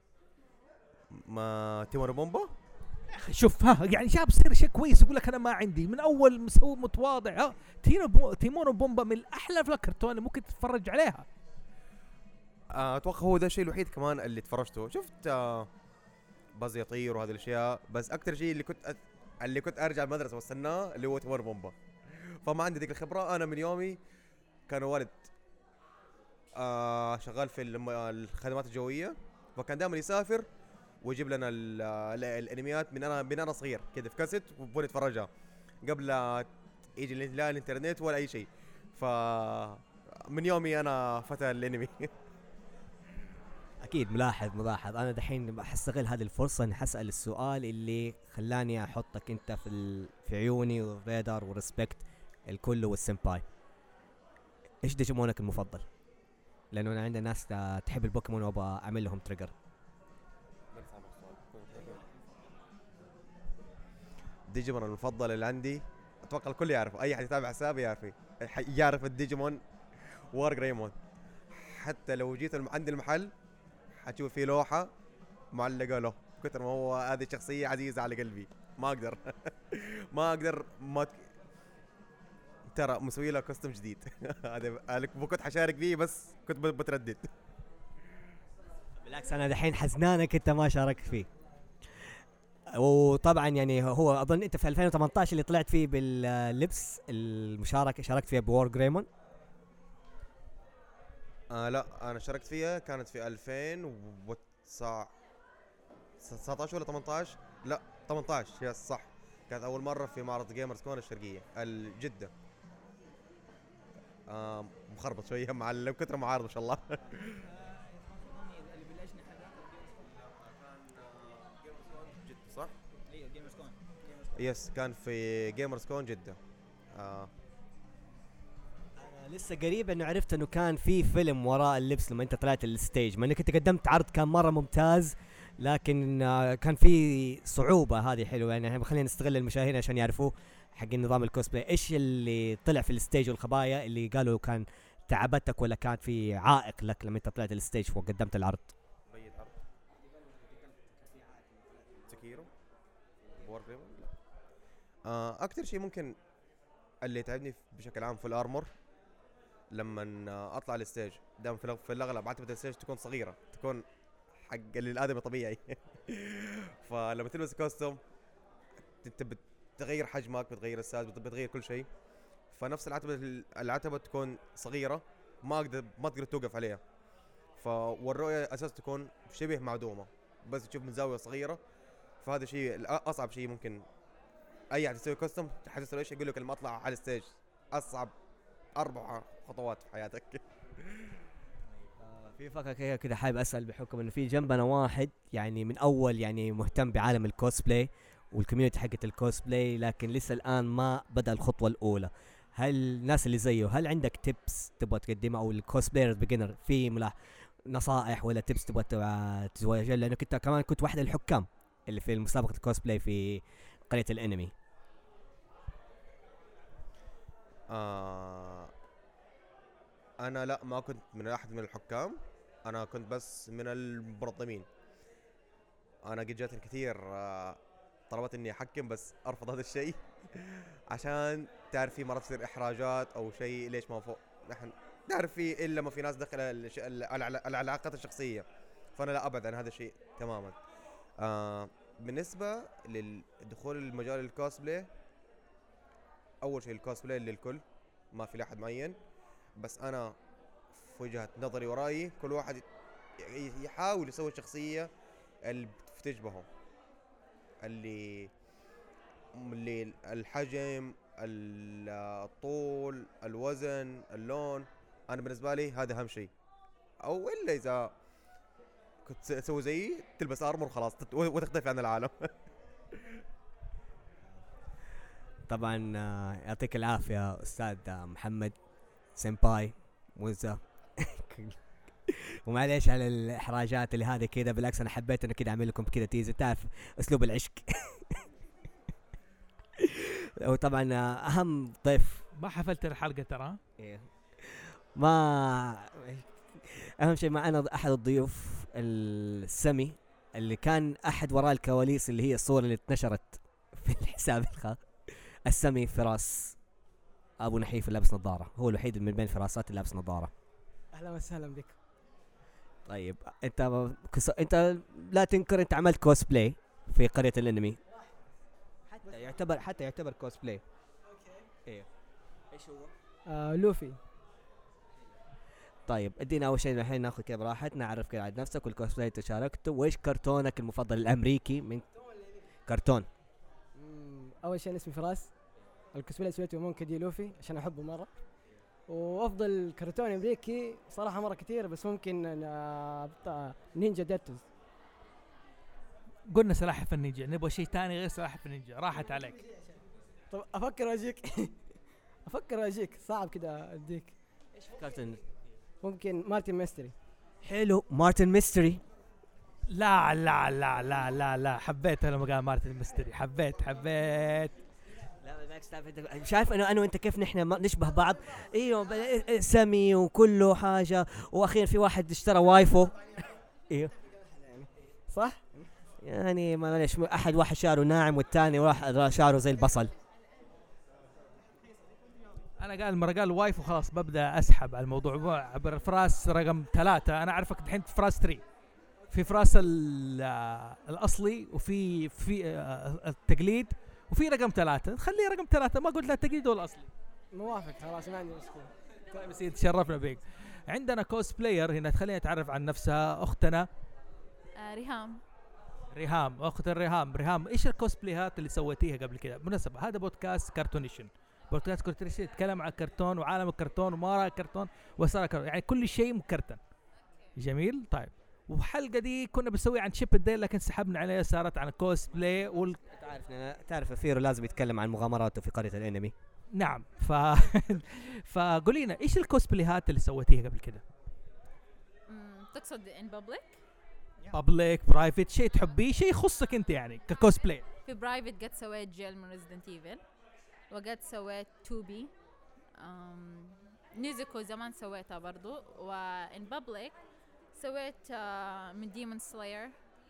ما تيمون بومبا. شوف ها يعني شاب يصير شيء كويس يقول لك انا ما عندي، من اول مسوي متواضع. ها تيمون وبومبا من احلى افلام الكرتون اللي ممكن تتفرج عليها. اتوقع هو ده الشيء الوحيد كمان اللي تفرجته. شفت باز يطير وهذه الاشياء، بس اكثر شيء اللي كنت ارجع المدرسه واستناه اللي هو تيمون بومبا. فما عندي ذيك الخبره. انا من يومي كان والد شغال في الخدمات الجويه، فكان دائما يسافر ويجيب لنا الانميات من انا صغير كده في كاسيت وبني نتفرجها قبل لا يجي لا الانترنت ولا اي شيء. ف من يومي انا فتى الانمي. اكيد ملاحظ. انا دحين بحستغل هذه الفرصه اني حسال السؤال اللي خلاني احطك انت في عيوني وفيدر وريسبكت الكل والسمباي. ايش ديجيمونك المفضل؟ لانه انا عندي ناس تحب البوكيمون وابغى اعمل لهم تريجر. ديجيمون المفضل اللي عندي اتوقع الكل يعرفه، اي حد يتابع حسابي يعرف الديجيمون وار جريمون. حتى لو جيت عند المحل حتشوف فيه لوحه معلقه له، كثر ما هو هذه شخصيه عزيزه على قلبي. ما اقدر ترى مسوي له كوستم جديد. هذا كنت حشارك فيه بس كنت بتردد. بالعكس انا دحين حزنانك انت ما شاركت فيه. وطبعا يعني هو اظن انت في 2018 اللي طلعت فيه باللبس المشاركه، شاركت فيها بوار جريمون. لا انا شاركت فيها كانت في 2019 ولا 18. لا 18 هي صح. كانت اول مره في معرض جيمرز كون الشرقيه الجده. مخربط شويه مع كثر معارض ما شاء الله. صح؟ ايوه جيمرز كون. يس كان في جيمرز كون جدة. لسه قريب انه عرفت انه كان في فيلم وراء اللبس لما انت طلعت الستيج، ما انك انت قدمت عرض كان مره ممتاز، لكن كان في صعوبه. هذه حلوه يعني، خلينا نستغل المشاهير عشان يعرفوا حق نظام الكوسبلاي. ايش اللي طلع في الستيج والخبايا اللي قالوا كان تعبتك ولا كان في عائق لك لما انت طلعت الستيج وقدمت العرض؟ بيد عرض سكيرو بور جريمون. اكثر شيء ممكن اللي يتعبني بشكل عام في الارمور لما اطلع الستيج. دام في الاغلب عتبه الستيج تكون صغيره، تكون حق الادمي طبيعي. فلما تلبس كوستوم انت بتغير حجمك، بتغير الساز، بتغير كل شيء. فنفس العتبه تكون صغيره، ما تقدر توقف عليها. والرؤيه اساس تكون شبه معدومه، بس تشوف من زاويه صغيره. فهذا شيء اصعب شيء ممكن اي احد يسوي كوستوم. حتى ايش يقول لك لما اطلع على الستيج اصعب 4 خطوات في حياتك. في فقره كذا حابب اسال، بحكم انه في جنبنا واحد يعني من اول يعني مهتم بعالم الكوسبلاي والكوميونتي حقت الكوسبلاي، لكن لسه الان ما بدا الخطوه الاولى. هل الناس اللي زيه هل عندك تيبس تبغى تقدمها، او الكوسبلاير بيجنر في نصائح ولا تيبس تبغى تزوجها؟ لانك انت كمان كنت واحد الحكام اللي في مسابقه الكوسبلاي في قريه الانمي. انا لا ما كنت من احد من الحكام، انا كنت بس من المنظمين. انا قد جاتني كثير طلبت اني احكم بس ارفض هذا الشيء. عشان تعرف في مرات تصير احراجات او شيء ليش ما فوق نحن نعرف فيه الا ما في ناس دخل العلاقات الشخصيه. فانا لا ابعد عن هذا الشيء تماما. بالنسبه للدخول المجال الكوسبلاي، اول شيء الكوسبلاي للكل ما في لاحد معين، بس انا في وجهة نظري ورأيي كل واحد يحاول يسوي الشخصية اللي بتشبهه، اللي الحجم، الطول، الوزن، اللون. انا بالنسبة لي هذا اهم شيء. او الا اذا كنت تسوي زيي تلبس ارمر وخلاص وتختفي عن العالم. طبعا يعطيك العافيه استاذ محمد سيمباي موزة. ومعليش على الاحراجات اللي هذه كذا، بالعكس انا حبيت انه كذا اعمل لكم كذا تيزر، تعرف اسلوب العشق. وطبعا اهم ضيف ما حفلت الحلقه ترى. ما اهم شيء معنا احد الضيوف السمي اللي كان احد وراء الكواليس، اللي هي الصورة اللي اتنشرت في الحساب الخاص. السمي فراس ابو نحيف لابس نظارة، هو الوحيد من بين الفراسات اللي لابس نظارة. اهلا وسهلا بك. طيب انت لا تنكر انت عملت كوسبلاي في قرية الانمي، حتى يعتبر كوسبلاي. ايوه ايش هو؟ لوفي. طيب ادينا اول شيء الحين ناخذ كذا براحتنا، نعرف كذا عن نفسك والكوسبلاي اللي شاركته، وايش كرتونك المفضل الامريكي من كرتون؟ اول شيء اسمي فراس، الكوسبلاي سويته مونكي دي لوفي عشان احبه مره. وافضل كرتون امريكي صراحه مره كثير، بس ممكن نينجا تيرتلز. قلنا سلاحف النينجا، نبغى شيء ثاني غير سلاحف النينجا، راحت عليك. طب افكر واجيك صعب كده اديك. ايش كرتون؟ ممكن مارتن ميستري. حلو مارتن ميستري. لا لا لا لا لا لا حبيت لما قال مارتن ميستري، حبيت لا بالعكس، شايف انا وانت كيف نحن نشبه بعض. ايوه سمي وكله حاجه، واخيرا في واحد اشترى وايفو. ايوه صح يعني معلش، واحد شعره ناعم والثاني واحد شعره زي البصل. انا قال مرة قال وايف وخلاص ببدا اسحب على الموضوع عبر فراس رقم 3. انا اعرفك الحين في فراس 3، في فراس الاصلي وفي التقليد، وفي رقم 3. خليه رقم 3، ما قلت لا التقليد ولا الاصلي. موافق خلاص ما عندي مشكله. طيب سيدي تشرفنا بيك. عندنا كوس بلاير هنا، تخلينا نتعرف عن نفسها. اختنا ريهام، اخت ريهام ايش الكوسبلايات اللي سويتيها قبل كده؟ بالمناسبه هذا بودكاست كرتونيشن، يتكلم عن كرتون وعالم الكرتون وما وراء الكرتون وصار كرتون، يعني كل شيء مكرتن. جميل. طيب وحلقه دي كنا بنسوي عن شيب الديل، لكن سحبنا عليها صارت عن كوسبلاي تعرف فيرو لازم يتكلم عن مغامراته في قرية الانمي. نعم. فقولينا ايش الكوسبلايات اللي سويتيها قبل كده؟ تقصد ان بابليك برايفت، شيء تحبيه، شيء يخصك انت يعني ككوسبلاي. في برايفت قد سويت جيل من ريزيدنت ايفل، وقد سويت توبي، نيزوكو زمان سويتها برضو، وان بابليك سويت من ديمون سلاير،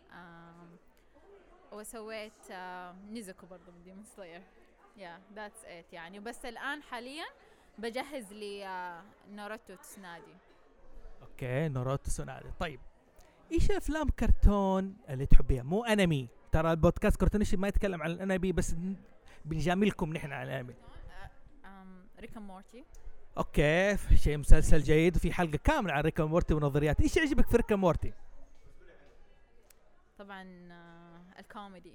وسويت نيزوكو برضو من ديمون سلاير. that's it يعني. بس الآن حاليا بجهز لي ناروتو تسنادي. اوكي ناروتو تسنادي. طيب ايش افلام كرتون اللي تحبيها؟ مو انمي، ترى البودكاست كرتونيشن ما يتكلم عن الانمي، بس بنجاملكم نحن عن الانمي. ريك اند مورتي. اوكي شيء مسلسل جيد، وفي حلقه كامله عن ريك اند مورتي ونظريات. ايش يعجبك في ريك اند مورتي؟ طبعا الكوميدي.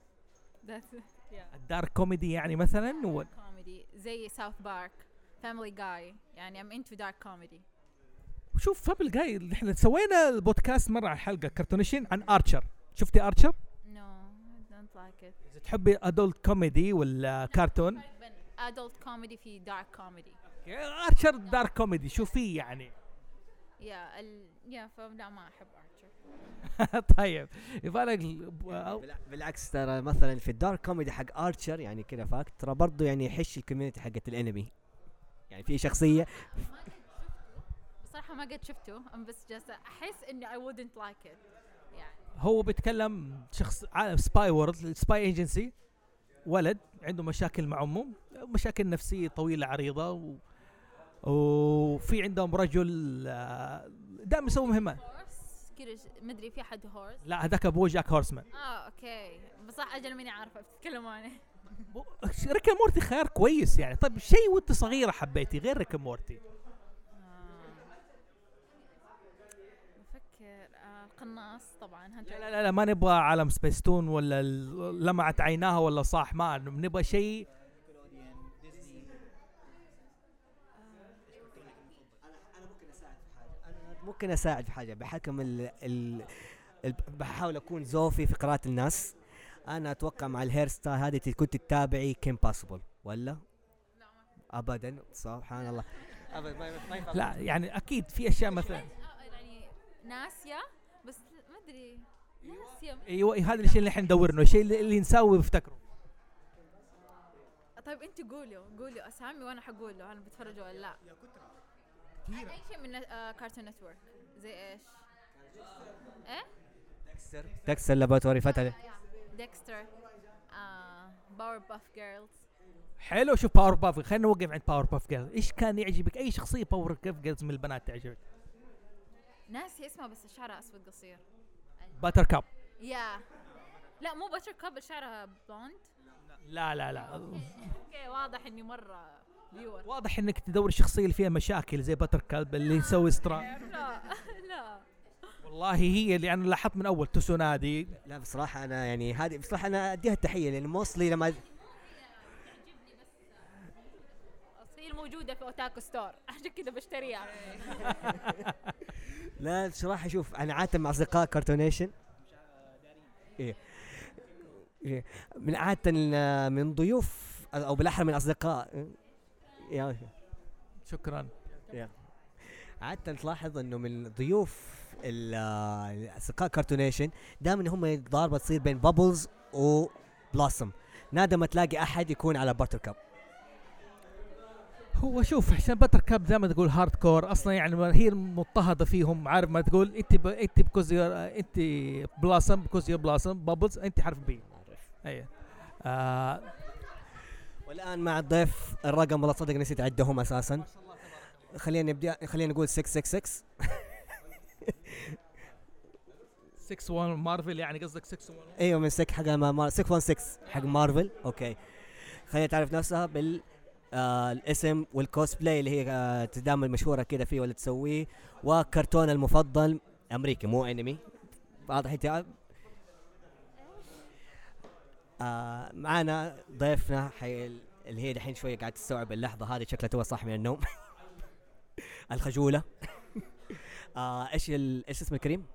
الدارك كوميدي يعني مثلا كوميدي زي ساوث بارك، فاميلي جاي، يعني ام انتو دارك كوميدي. شوف فاميلي جاي، احنا سوينا البودكاست مره على حلقه كرتونيشن عن ارشر. شفتي ارشر؟ نو دونت لايك ات. اذا تحبي ادولت كوميدي ولا كرتون؟ ادولت كوميدي في دارك كوميدي. ارشر دارك كوميدي شوفيه يعني. فلا ما احب ارشر. طيب يبالك بالعكس، ترى مثلا في الدارك كوميدي حق ارشر يعني كذا فاكت، ترى برضه يعني يحش الكوميونتي حقت الانمي، يعني في شخصيه بصراحه ما قد شفته، بس جالسه احس اني I wouldn't like it يعني. هو بيتكلم شخص عالم سباي وورلد، سباي ايجنسي، ولد عنده مشاكل مع امه، مشاكل نفسيه طويله عريضه، وفي عندهم رجل دائما يسوي مهمات كذا، مدري في حد هورس. لا هذاك ابوه جاك هورسمان. اوكي بصح اجل ماني عارفه بتتكلموا عنه. ريك اند مورتي خيار كويس يعني. طيب شيء وانت صغيره حبيتي غير ريك اند مورتي؟ بفكر قناص طبعا. لا ما نبغى عالم سبيستون ولا لمعت عيناها ولا صاح، ما نبغى شيء. ممكن اساعد في حاجه بحكم بحاول اكون زوفي في قراءه الناس. انا اتوقع مع الهير ستايل هذه كنت تتابعي كيم باسبل ولا؟ ابدا سبحان الله. ابدا ما ينفع. لا يعني اكيد في اشياء مثلا يعني ناسيه بس ما ادري ناسيه. ايوه هذا الشيء اللي احنا ندور انه الشيء اللي نساوي بيفتكره. طيب انت قولوا اسامي وانا حقول له انا بتفرج ولا لا. اي شيء من كارتون نتورك زي ايش؟ ايه ديكستر لابوراتوري فتره. ديكستر باور باف جيرلز. حلو. شوف باور باف، خلينا نوقف عند باور باف جيرلز. ايش كان يعجبك؟ اي شخصيه باور باف جيرلز من البنات تعجبك؟ ناسي اسمها بس شعرها اسود قصير. باتر كاب. يا لا مو باتر كاب، شعرها بلوند. لا اوكي واضح اني مره فيور. واضح انك تدور الشخصيه اللي فيها مشاكل زي باتر كاب اللي يسوي لا والله هي اللي انا لاحظت من اول تسونادي. لا بصراحه انا يعني هذه بصراحه انا اديها التحيه لان موصلي لما هي موجوده في اوتاكو ستور عشان كذا بشتريها. لا بصراحه شوف انا عاده مع اصدقاء كارتونيشن إيه من عاده من ضيوف او بالاحرى من اصدقاء شكرا. عاده تلاحظ انه من ضيوف الاصدقاء كارتونيشن دائما هم ضاربه تصير بين بابلز وبلاسم، نادر ما تلاقي احد يكون على باتر كاب. هو شوف عشان باتر كاب زي ما تقول هارد كور اصلا، يعني هي مضطهده فيهم. عارف ما تقول انت بكوز انت بلاسم بكوز يو بلاسم بابلز انت حرف بي. ايوه والان مع الضيف الرقم والله صدق نسيت اعدهم اساسا. خلينا نبدا، خلينا نقول 666 61 مارفل، يعني قصدك 611؟ ايوه من 6 حق 616 حق مارفل. اوكي خلينا تعرف نفسها بال الاسم والكوسبلاي اللي هي دائما مشهوره كذا فيه ولا تسويه، وكرتون المفضل امريكي مو انمي. واضح انت. معنا ضيفنا اللي هي دحين شويه قاعد تستوعب اللحظه هذه، شكلها توها صاح من النوم. الخجوله. ايش اسم الكريم؟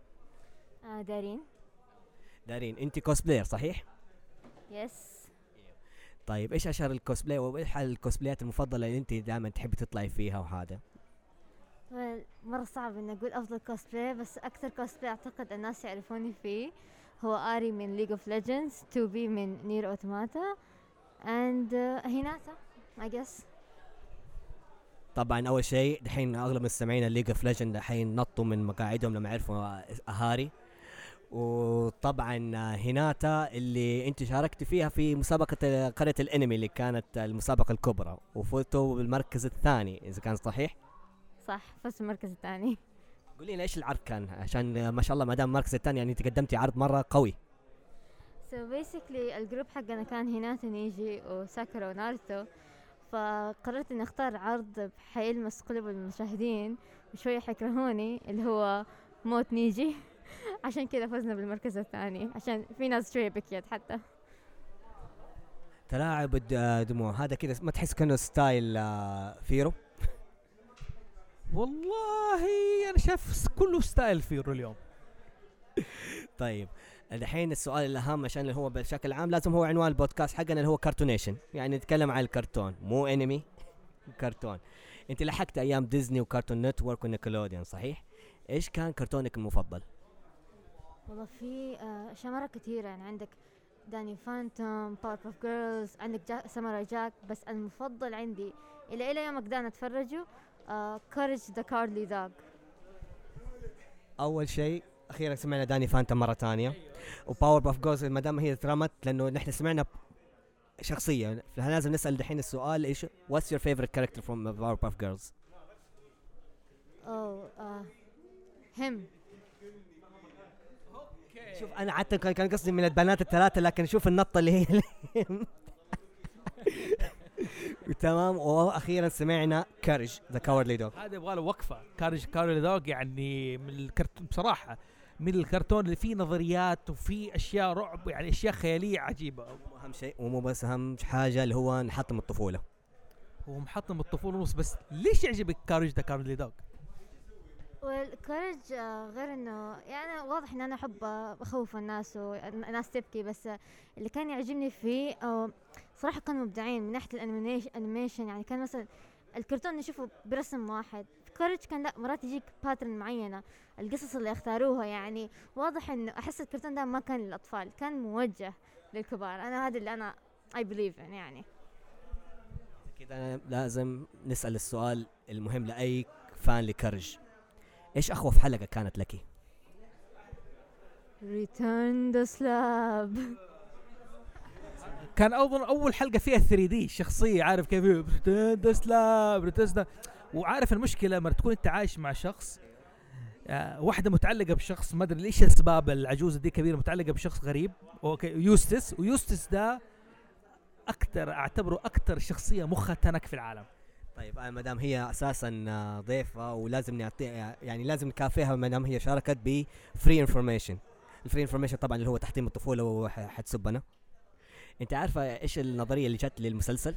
دارين انت كوسبلاير صحيح؟ يس. طيب ايش اشهر الكوسبلاي وايش الكوسبلايات المفضله اللي انت دائما تحبي تطلعي فيها وهذا؟ مرة صعب اني اقول افضل كوسبلاي، بس اكثر كوسبلاي اعتقد الناس يعرفوني فيه هو آري من ليج اوف ليجندز، 2B من نير اوتوماتا، and هيناتا I guess. طبعا اول شيء دحين اغلب مستمعين الليج اوف ليجند دحين نطوا من مقاعدهم لما عرفوا اهاري، وطبعا هيناتا اللي انت شاركت فيها في مسابقة قرية الانمي اللي كانت المسابقة الكبرى وفزتوا بالمركز الثاني اذا كان صحيح؟ صح فزت المركز الثاني. قولي لنا ايش العرض كان عشان ما شاء الله ما دام المركز الثاني يعني تقدمتي عرض مرة قوي. So basically الجروب حقنا كان هيناتا نيجي وساكورا وناروتو، فقررت اني اختار عرض حيلمس قلوب المشاهدين وشوية حيكرهوني اللي هو موت نيجي. عشان كذا فزنا بالمركز الثاني عشان في ناس شوية بكيت حتى. تلاعب الدموع هذا كذا ما تحس كأنه ستايل فيرو؟ والله انا شايف كله ستايل فيرو اليوم. طيب الحين السؤال الأهم عشان اللي هو بشكل عام لازم هو عنوان البودكاست حقنا اللي هو كارتونيشن، يعني نتكلم عن الكرتون مو انمي كرتون. انت لحقت ايام ديزني وكارتون نتورك ونيكلوديون صحيح؟ ايش كان كرتونك المفضل؟ والله في اشياء مرة كثيرة، يعني عندك داني فانتوم، باور اوف جيرلز، عندك ساموراي جاك، بس المفضل عندي الى يومك ده اتفرجه كوريج ذا كاردلي دوغ. اول شيء اخيرا سمعنا داني فانتوم مرة ثانية، وباور باف جيرلز ما دام هي ترمت لانه نحن سمعنا شخصية، فلازم نسأل دحين السؤال ايش what's your favorite character from Powerpuff Girls؟ هم. شوف انا حتى كان قصدي من البنات الثلاثة، لكن شوف النطة اللي هي تمام. واخيرا سمعنا كارج ذا كاوردلي دوغ. هذا يبغى له وقفة. كاوردلي دوغ يعني من الكرتون بصراحة، من الكرتون اللي فيه نظريات وفيه اشياء رعب، يعني اشياء خيالية عجيبة. اهم شيء ومو بس اهم حاجة اللي هو نحطم الطفولة. هو محطم الطفولة ونص، بس ليش يعجبك كارج ذا كاوردلي دوغ؟ والكورج غير انه يعني واضح ان انا احب اخوف الناس والناس تبكي، بس اللي كان يعجبني فيه صراحة كانوا مبدعين من ناحية الانيميشن. يعني كان مثلا الكرتون نشوفه برسم واحد، في كورج كان لا مرات يجيك باترن معينة، القصص اللي اختاروها يعني واضح انه احس الكرتون ده ما كان للاطفال، كان موجه للكبار. انا هذا اللي انا I believe يعني. كده لازم نسأل السؤال المهم لأي فان لكرج، ايش اخوف حلقة كانت لك؟ Return the Slab. كان اول حلقه فيها 3D شخصيه، عارف كيف وعارف المشكله لما تكون انت عايش مع شخص واحده متعلقه بشخص ما ادري ليش السباب، العجوزه دي كبيره متعلقه بشخص غريب اوكي ويوستس ده اعتبره اكثر شخصيه مخها تنك في العالم. طيب ما دام هي اساسا ضيفه ولازم نعطيها يعني لازم نكافئها ما دام هي شاركت بفري انفورميشن. الفري انفورميشن طبعا اللي هو تحطيم الطفوله وحتسبنا. انت عارفه ايش النظريه اللي جت للمسلسل؟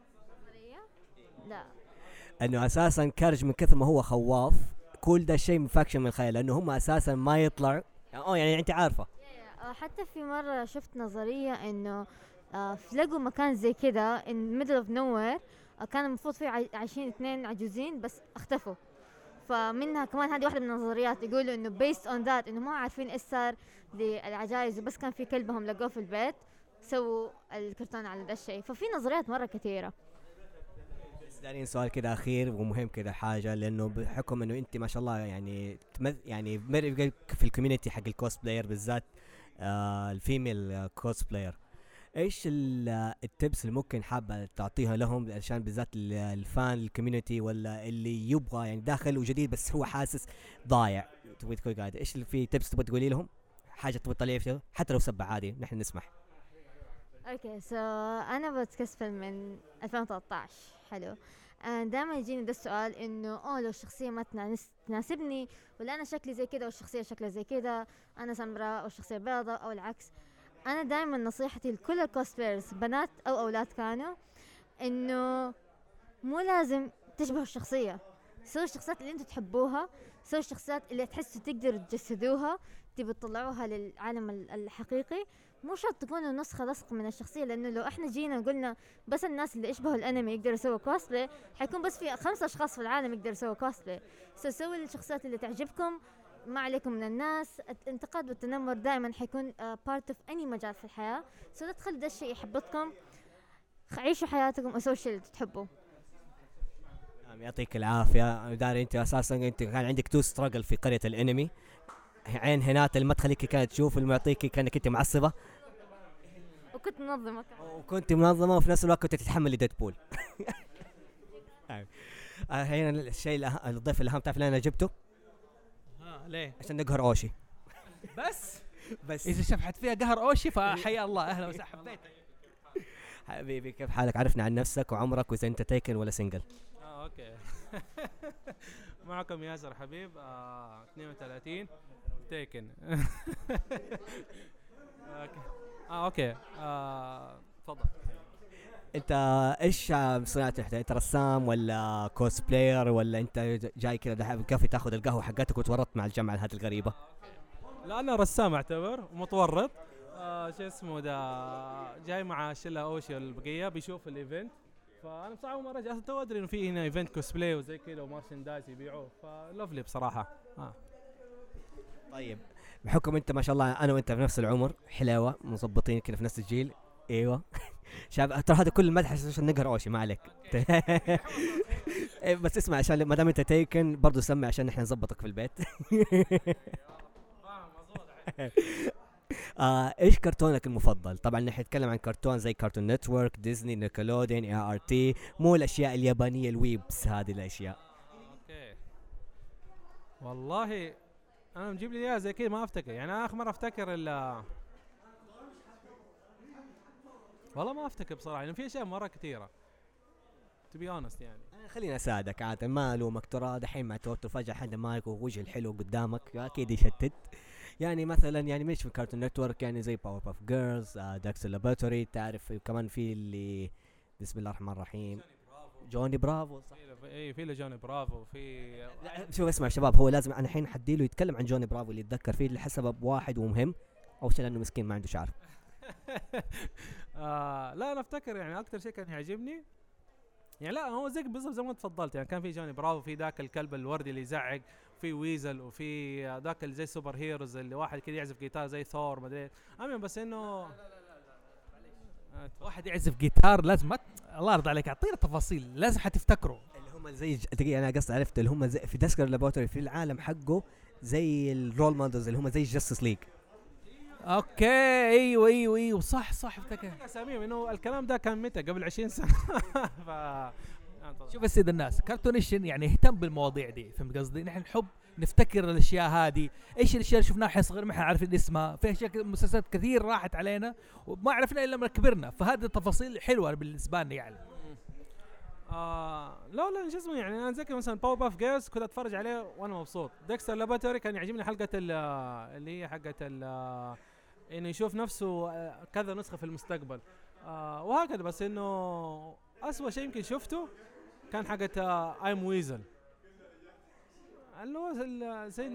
لا انه اساسا كارج من كثر ما هو خواف كل ده شيء فاكشن من الخيال، لانه هم اساسا ما يطلع يعني انت عارفه. حتى في مره شفت نظريه انه لقوا مكان زي كده in middle of nowhere كان المفروض فيه عايشين 2 عجوزين بس اختفوا، فمنها كمان هذه واحدة من النظريات يقولوا انه based on that انه ما عارفين ايش صار للعجائز وبس كان في كلبهم لقوه في البيت سووا الكرتون على ذا الشيء. ففي نظريات مرة كثيرة. دارين سؤال كده اخير ومهم كده حاجه، لانه بحكم انه انت ما شاء الله يعني في الكوميونتي حق الكوست بلاير بالذات الفيميل كوست بلاير، ايش التبس اللي ممكن حابه تعطيها لهم عشان بالذات الفان الكوميونتي ولا اللي يبغى يعني داخل وجديد بس هو حاسس ضايع تبغى تكون قاعد، ايش اللي في تبس تبغى تقولي لهم؟ حاجه تبغى تطلعي فيها حتى لو سبه عادي نحن نسمح. اوكي انا بودكاست من 2013 حلو. دائما يجيني ده السؤال انه لو الشخصيه ما تناسبني ولا انا شكلي زي كده والشخصيه شكلها زي كده، انا سمراء والشخصيه بيضاء او العكس. انا دائما نصيحتي لكل الكوسبلايرز بنات او اولاد كانوا انه مو لازم تشبهوا الشخصيه، سووا الشخصيات اللي انتم تحبوها، سووا الشخصيات اللي تحسوا تقدروا تجسدوها تبي تطلعوها للعالم الحقيقي. مو شرط تكونوا نسخة لصق من الشخصية، لأنه لو احنا جينا وقلنا بس الناس اللي يشبهوا الانمي يقدروا يسووا كوسبلاي حيكون بس في 5 أشخاص في العالم يقدروا يسووا كوسبلاي. سووا الشخصيات اللي تعجبكم، ما عليكم من الناس. الانتقاد والتنمر دائما حيكون بارت اوف اني مجال في الحياة، لا تخلوا ده الشيء يحبطكم، عيشوا حياتكم وسووا الشيء اللي تحبوه. يعطيك العافية. داري انت اساسا انت كان عندك تو ستراجل في قرية الانمي، عين هنات اللي ما تخليكي كانت تشوف اللي معطيكي كانك انت معصبة وكنت منظمة وكنت منظمة وفي نفس الوقت كنت تتحملي ديدبول. هنا الشيء الضيف الأهم تعرف ليه أنا جبته؟ ليه؟ عشان نقهر أوشي. بس إذا شفحت فيها قهر أوشي فحيا الله أهلا وسهلا. حبيتك حبيبي، كيف حالك؟ عرفنا عن نفسك وعمرك وإذا أنت تيكن ولا سنجل. أوكي. معكم ياسر حبيب 32 تيكن. اوكي تفضل. انت ايش صناعتك؟ انت رسام ولا كوسبلاير ولا انت جاي كذا كافي تاخذ القهوه حقتك وتورطت مع الجامعه هذه الغريبه؟ لا انا رسام اعتبر ومتورط. شو اسمه ده جاي مع شله اوشي البقيه بيشوف الايفنت، فانا بصراحه اول مره جاي تو ادري انه في هنا ايفنت كوسبلاي وزي كذا ومارشندايز يبيعوه، فلوفلي بصراحه. طيب بحكم انت ما شاء الله انا وانت في نفس العمر حلاوه مظبطين كذا في نفس الجيل. ايوه شاب ترى هذا كل المدح عشان نقهر اوشي ما عليك. بس اسمع عشان ما دام انت تيكن برضه سمع عشان احنا نظبطك في البيت. ايش كرتونك المفضل؟ طبعا نحن نتكلم عن كرتون زي كارتون نتورك، ديزني، نيكلودين، ART، مو الاشياء اليابانيه الويبس هذه الاشياء. اوكي والله انا مجيب لي اياها زي كذا ما افتكر، يعني اخر مره افتكر والله ما افتكر بصراحه، لانه في اشياء مره كثيره to be honest. يعني خليني اساعدك عاد، ما الومك ترى دحين مع توتر فجاه حد مالك ووجه الحلو قدامك اكيد يشتت. يعني مثلا يعني مش في كارتون نتورك يعني زي باور باف جيرلز، داكس لاباتوري، تعرف كمان في اللي بسم الله الرحمن الرحيم جوني برافو صح. اي في له جوني برافو في. شوف اسمع شباب، هو لازم انا الحين حديله يتكلم عن جوني برافو اللي يتذكر فيه لسبب واحد ومهم، اول شيء لانه مسكين ما عنده شعر. لا انا افتكر يعني اكثر شيء كان يعجبني يعني، لا هو زي بالضبط زي ما تفضلت يعني، كان في جوني برافو، في ذاك الكلب الوردي اللي يزعق، في ويزل، وفي ذاك اللي زي سوبر هيروز اللي واحد كده يعزف جيتار زي ثور ما ادري. بس انه واحد يعزف جيتار لازم الله يرضى عليك اعطينا تفاصيل لازم حتفتكروا. اللي هم زي دقيقه انا قصدي عرفت، اللي هم زي في ديسكر لابوراتوري في العالم حقه زي الرول مودلز اللي هم زي جاستس ليج. اوكي ايوه صح افتكر اساميهم انه الكلام ده كان متى قبل 20 سنه. شوف السيد الناس، كارتونيشن يعني يهتم بالمواضيع دي، فهمت قصدي؟ نحن نحب نفتكر الاشياء هذه، ايش الاشياء اللي شفناها حين صغير ما احنا عارفين اسمها، في اشياء مسلسلات كثير راحت علينا وما عرفنا الا لما كبرنا، فهذه التفاصيل حلوه بالنسبه لنا يعني. لا شو اسمه يعني، انا ذكر مثلا باور باف جيرلز كنت اتفرج عليه وانا مبسوط. ديكستر لابوراتوري كان يعجبني حلقه اللي هي حقه انه يشوف نفسه كذا نسخه في المستقبل وهكذا. بس انه اسوأ شيء يمكن شفته كان حقه ايم ويزل، اللي هو زي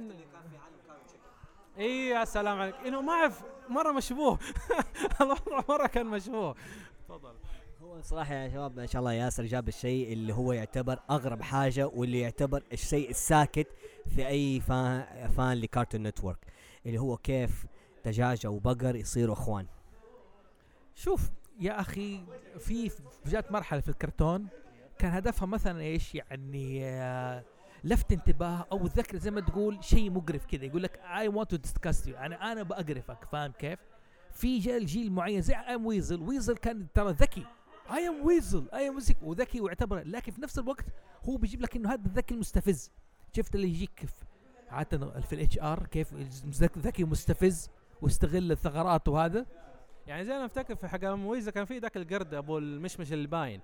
يا سلام عليك، انه ما اعرف مره مشبوه. مره كان مشبوه. تفضل. هو صراحة يا شباب ما شاء الله ياسر جاب الشيء اللي هو يعتبر أغرب حاجة، واللي يعتبر الشيء الساكت في أي فان لكارتون نتورك، اللي هو كيف دجاجة وبقر يصيروا أخوان. شوف يا أخي، في جات مرحلة في الكرتون كان هدفها مثلا إيش يعني، لفت انتباه أو ذكر زي ما تقول شيء مقرف كذا، يقول لك I want to discuss you، أنا بأقرفك، فاهم كيف؟ في جيل معين زي أيم ويزل كان ترى ذكي، أيم ويزل وذكي ويعتبر، لكن في نفس الوقت هو بيجيب لك إنه هذا الذكي المستفز. شفت اللي يجيك عادة في الاتش ار كيف ذكي مستفز ويستغل الثغرات وهذا. يعني زي انا افتكر في حق ويزل كان في ذاك القرد ابو المشمش اللي باين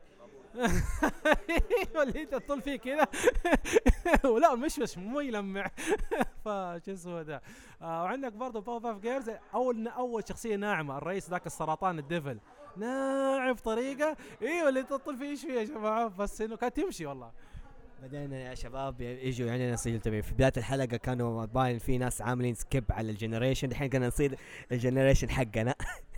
اللي تطل فيه كذا ولا مشمش مو يلمع. فشو اسمه ده. وعندك برضه باور باف جيرلز اول شخصيه ناعمه، الرئيس ذاك السرطان الديفل، ناعم بطريقه اللي تطل فيه شويه يا جماعه، بس انه كانت تمشي والله. بدينا يا شباب يجوا يعني ناس يلتمي في بداية الحلقة كانوا باين في ناس عاملين سكيب على الجنريشن، الحين كنا نصير الجنريشن حقنا.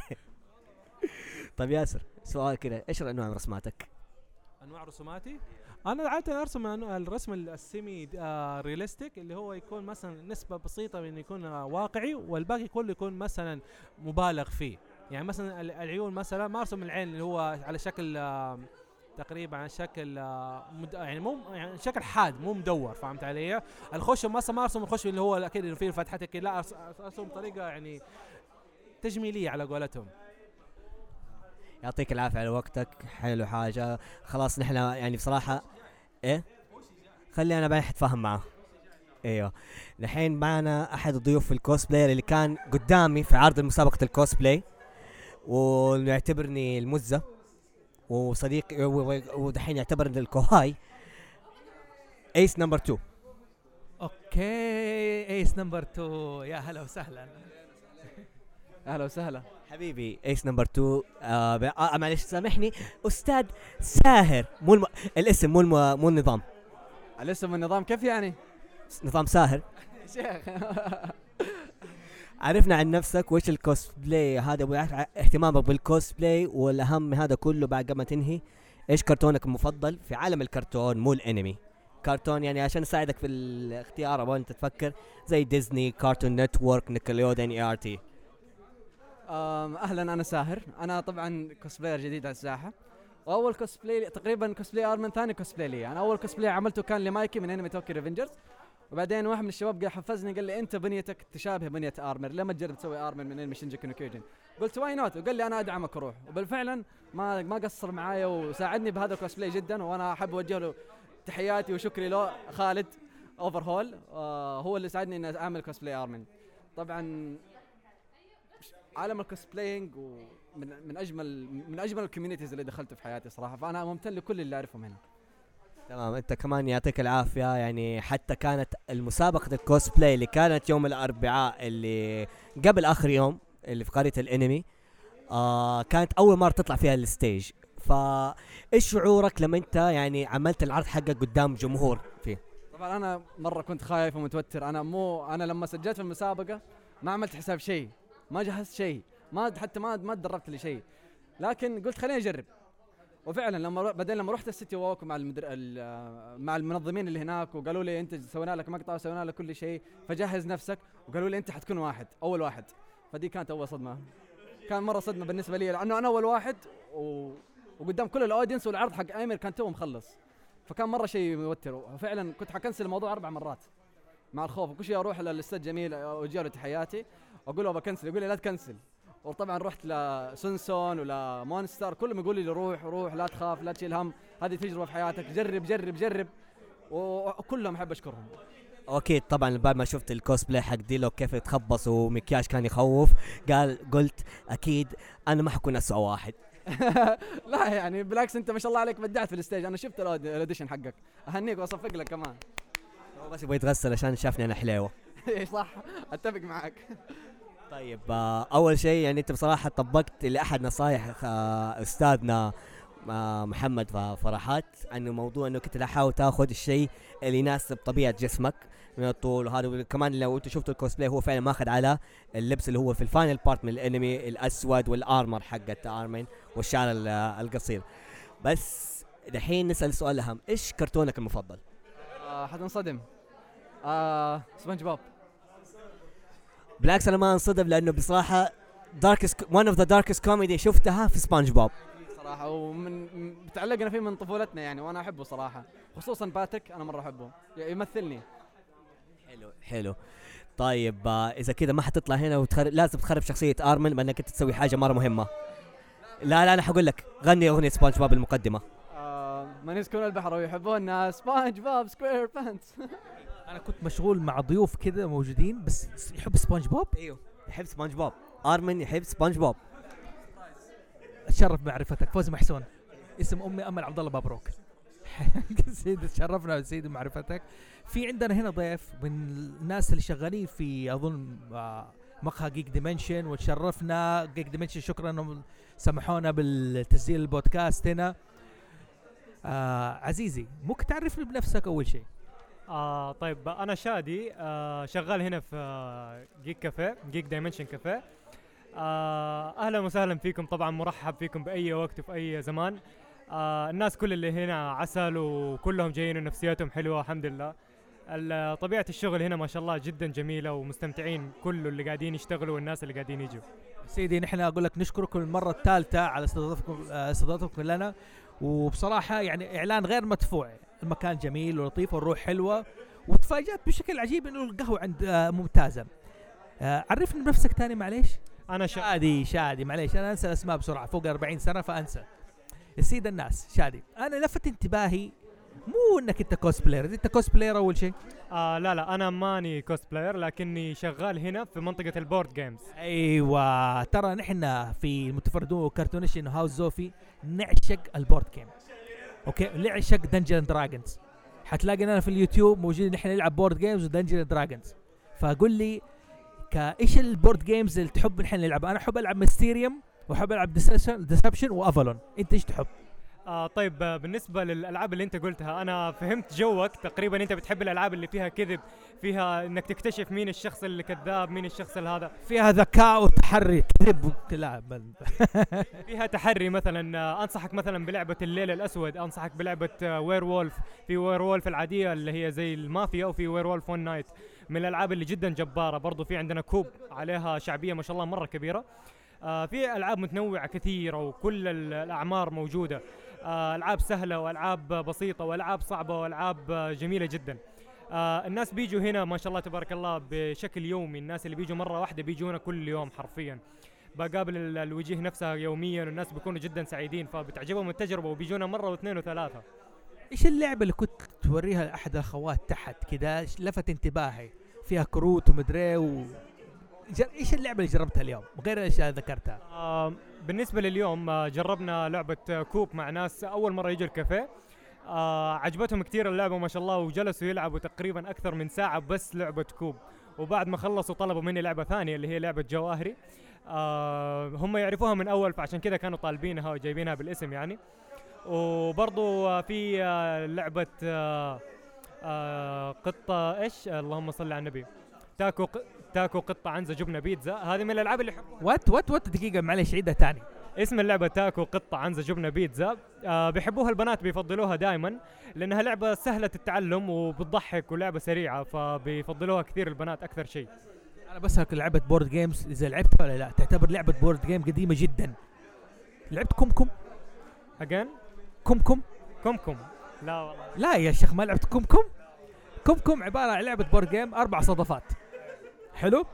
طيب ياسر سؤال كده، ايش انواع رسماتك؟ انواع رسوماتي انا عاده ارسم الرسم السيمي رياليستيك، اللي هو يكون مثلا نسبه بسيطه من يكون واقعي والباقي كله يكون مثلا مبالغ فيه. يعني مثلا العيون مثلا ما ارسم العين اللي هو على شكل تقريبا على شكل يعني مو يعني شكل حاد مو مدور، فهمت علي؟ الخشم مثلا ما ارسم الخشم اللي هو اكيد انه فيه فتحتك كده، لا ارسم بطريقه يعني تجميليه على قولتهم. يعطيك العافية على وقتك، حلو حاجة. خلاص نحن يعني بصراحة خلي انا بعدين اتفاهم معه. ايوه الحين معنا احد الضيوف في الكوسبلاير اللي كان قدامي في عرض مسابقة الكوسبلاي ويعتبرني المزة وصديقي، ودحين يعتبرني الكوهاي، ايس نمبر 2. اوكي ايس نمبر 2، يا هلا وسهلا. اهلا وسهلا حبيبي ايس نمبر 2. معلش سامحني استاذ ساهر، مو الاسم مو النظام. الاسم والنظام كيف يعني؟ نظام ساهر. شيخ عرفنا عن نفسك وايش الكوسبلاي هذا، اهتمامك بالكوسبلاي، والاهم من هذا كله بعد ما تنهي ايش كرتونك المفضل في عالم الكرتون مو الانمي. كرتون يعني عشان اساعدك في الاختيار ابغى انت تفكر زي ديزني، كارتون نتورك، نيكلوديون، اي ار تي. اهلا انا ساهر، انا طبعا كوسبلاير جديد على الساحه، واول كوسبلاي تقريبا كوسبلاي ارمن ثاني كوسبلاي لي. انا اول كوسبلاي عملته كان لمايكي من انمي توكي ريفنجرز، وبعدين واحد من الشباب قال حفزني قال لي انت بنيتك تشابه بنيه ارمر، لما تجرب تسوي ارمر من انمي شينجي كونو كيوجن؟ قلت واي نوت، وقال لي انا ادعمك وروح، وبالفعلا ما قصر معايا وساعدني بهذا الكوسبلاي جدا، وانا احب اوجه له تحياتي وشكري له خالد اوفر هول، هو اللي ساعدني اني اعمل كوسبلاي ارمن. طبعا عالم الكوسبلاينج من اجمل الكوميونيتيز اللي دخلت في حياتي صراحه، فانا ممتن لكل اللي اعرفهم هنا. تمام، انت كمان يعطيك العافيه. يعني حتى كانت المسابقه الكوسبلاي اللي كانت يوم الاربعاء اللي قبل اخر يوم اللي في قريه الانمي، كانت اول مره تطلع فيها الستيج، فايش شعورك لما انت يعني عملت العرض حقك قدام جمهور فيه؟ طبعا انا مره كنت خايف ومتوتر. انا لما سجلت في المسابقه ما عملت حساب شيء، ما جهزت شيء، حتى ما تدربت لشيء، لكن قلت خليني اجرب. وفعلا لما رحت السيتي ووك مع مع المنظمين اللي هناك، وقالوا لي انت سوينا لك مقطع وسوينا لك كل شيء، فجهز نفسك، وقالوا لي انت حتكون اول واحد. فدي كانت اول صدمه، كان مره صدمه بالنسبه لي، لانه انا اول واحد وقدام كل الاودينس، والعرض حق ايمر كان تو مخلص، فكان مره شيء موتر. وفعلا كنت حكنسل الموضوع 4 مرات مع الخوف، وكل شيء اروح للاستاذ جميل واجي له تحياتي واقول له بكنسل، يقول لي لا تكنسل. وطبعا رحت لسونسون ولا مونستر، كلهم يقولوا لي روح لا تخاف لا تشيل هم، هذه تجربه في حياتك، جرب، وكلهم احب اشكرهم. اكيد طبعا بعد ما شفت الكوسبلاي حق ديلو كيف يتخبص ومكياج كان يخوف، قلت اكيد انا ما حكون اسوء واحد. لا يعني بالعكس، انت ما شاء الله عليك بدعت في الستيج، انا شفت الاوديشن حقك، اهنيك واصفق لك كمان. هو بس يبغى يتغسل عشان شافني انا حليوه. اي صح، اتفق معك. طيب اول شيء يعني انت بصراحه طبقت لاحد نصايح استاذنا محمد فرحات، انه موضوع انه كنت تحاول تاخذ الشيء اللي يناسب طبيعه جسمك من الطول، وهذا كمان لو انتم شفتوا الكوسبلاي هو فعلا ماخذ على اللبس اللي هو في الفاينل بارت من الانمي، الاسود والارمر حقت ارمين والشعر القصير. بس دحين نسال السؤال الاهم، ايش كرتونك المفضل؟ حتنصدم، سبونج بوب. بالعكس انا ما انصدم، لانه بصراحه one of the darkest comedy شفتها في سبونج بوب صراحه، ومن تعلقنا فيه من طفولتنا يعني، وانا احبه صراحه، خصوصا باتريك انا مره احبه، يمثلني. حلو. طيب اذا كذا ما حتطلع هنا لازم تخرب شخصيه ارمن بانك انت تسوي حاجه مره مهمه. لا انا حقول لك غني اغنيه سبونج بوب المقدمه. من يسكن البحر ويحبون سبونج بوب سكوير بانتس. انا كنت مشغول مع ضيوف كذا موجودين بس يحب سبونج بوب. ايوه يحب سبونج بوب، ارمن يحب سبونج بوب. اتشرف بمعرفتك فوزي محسون، اسم امي امل عبد الله بابروك. سيدي تشرفنا سيدي بمعرفتك. في عندنا هنا ضيف من الناس اللي شغالين في اظن مقهى جيك ديمنشن، وتشرفنا جيك ديمنشن، شكرا انهم سمحونا بالتسجيل البودكاست هنا. عزيزي ممكن تعرفني بنفسك اول شيء؟ طيب انا شادي، شغال هنا في جيك كافيه، جيك دايمنشن كافيه. اهلا وسهلا فيكم، طبعا مرحب فيكم باي وقت وفي اي زمان. الناس كل اللي هنا عسل وكلهم جايين ونفسياتهم حلوه الحمد لله. طبيعه الشغل هنا ما شاء الله جدا جميله، ومستمتعين كل اللي قاعدين يشتغلوا والناس اللي قاعدين يجوا. سيدي نحن اقول لك نشكركم المره الثالثه على استضافتكم لنا، وبصراحه يعني اعلان غير مدفوع، المكان جميل ولطيف والروح حلوه، وتفاجأت بشكل عجيب انه القهوه عند ممتازه. عرفني بنفسك ثاني معليش. انا شادي معليش، انا انسى الاسماء بسرعه، فوق 40 سنه فانسى. السيد الناس شادي، انا لفت انتباهي مو انك انت كوسبلاير، انت كوسبلاير اول شيء. لا انا ماني كوسبلاير، لكني شغال هنا في منطقه البورد جيمز. ايوه ترى نحن في المتفردون وكرتونيشن هاوس زوفي نعشق البورد جيم، اوكي، نعشق دنجن دراجونز. حتلاقي انا في اليوتيوب موجودين نحن نلعب بورد جيمز ودنجن دراجونز. فقول لي ايش البورد جيمز اللي تحب نحن نلعبها؟ انا احب العب ميستيريوم واحب العب ديسبشن وافالون، انت ايش تحب؟ طيب بالنسبه للالعاب اللي انت قلتها انا فهمت جوك تقريبا، انت بتحب الالعاب اللي فيها كذب، فيها انك تكتشف مين الشخص اللي كذاب مين الشخص هذا، فيها ذكاء وتحري كذب فيها تحري. مثلا انصحك مثلا بلعبه الليل الاسود، انصحك بلعبه وير وولف، في وير وولف العاديه اللي هي زي المافيا، وفي وير وولف ون نايت من الالعاب اللي جدا جباره. برضو في عندنا كوب عليها شعبيه ما شاء الله مره كبيره. في العاب متنوعه كثيره وكل الاعمار موجوده، العاب سهله والعاب بسيطه والعاب صعبه والعاب جميله جدا. الناس بيجوا هنا ما شاء الله تبارك الله بشكل يومي، الناس اللي بيجوا مره واحده بيجونا كل يوم حرفيا، بقابل الوجيه نفسها يوميا، والناس بيكونوا جدا سعيدين، فبتعجبهم التجربه وبيجونا مره واثنين وثلاثه. ايش اللعبه اللي كنت توريها لاحد الاخوات تحت كذا لفت انتباهي، فيها كروت ومدري ايش اللعبه اللي جربتها اليوم غير الاشياء اللي ذكرتها؟ بالنسبه لليوم جربنا لعبه كوب مع ناس اول مره يجوا الكافيه، عجبتهم كثير اللعبه ما شاء الله، وجلسوا يلعبوا تقريبا اكثر من ساعه بس لعبه كوب، وبعد ما خلصوا طلبوا مني لعبة ثانية اللي هي لعبة جواهري. هم يعرفوها من أول، فعشان كذا كانوا طالبينها وجايبينها بالاسم يعني. وبرضو في لعبة قطة إيش اللهم صل على النبي، تاكو قطة عنزة جبنة بيتزا. هذه من الألعاب اللي يحبونها. وات دقيقة معلش عيدها تاني. اسم اللعبة تاكو قطة عنزة جبنة بيتزا. بيحبوها البنات، بيفضلوها دائما لأنها لعبة سهلة التعلم وبتضحك ولعبة سريعة، فبيفضلوها كثير البنات أكثر شيء. أنا بسألك لعبة بورد جيمز إذا لعبتها ولا لا؟ تعتبر لعبة بورد جيم قديمة جدا. لعبت كمكم؟ أجين؟ كمكم؟ لا والله. لا يا شيخ ما لعبت كمكم؟ كمكم عبارة عن لعبة بورد جيم 4 صدفات. حلو؟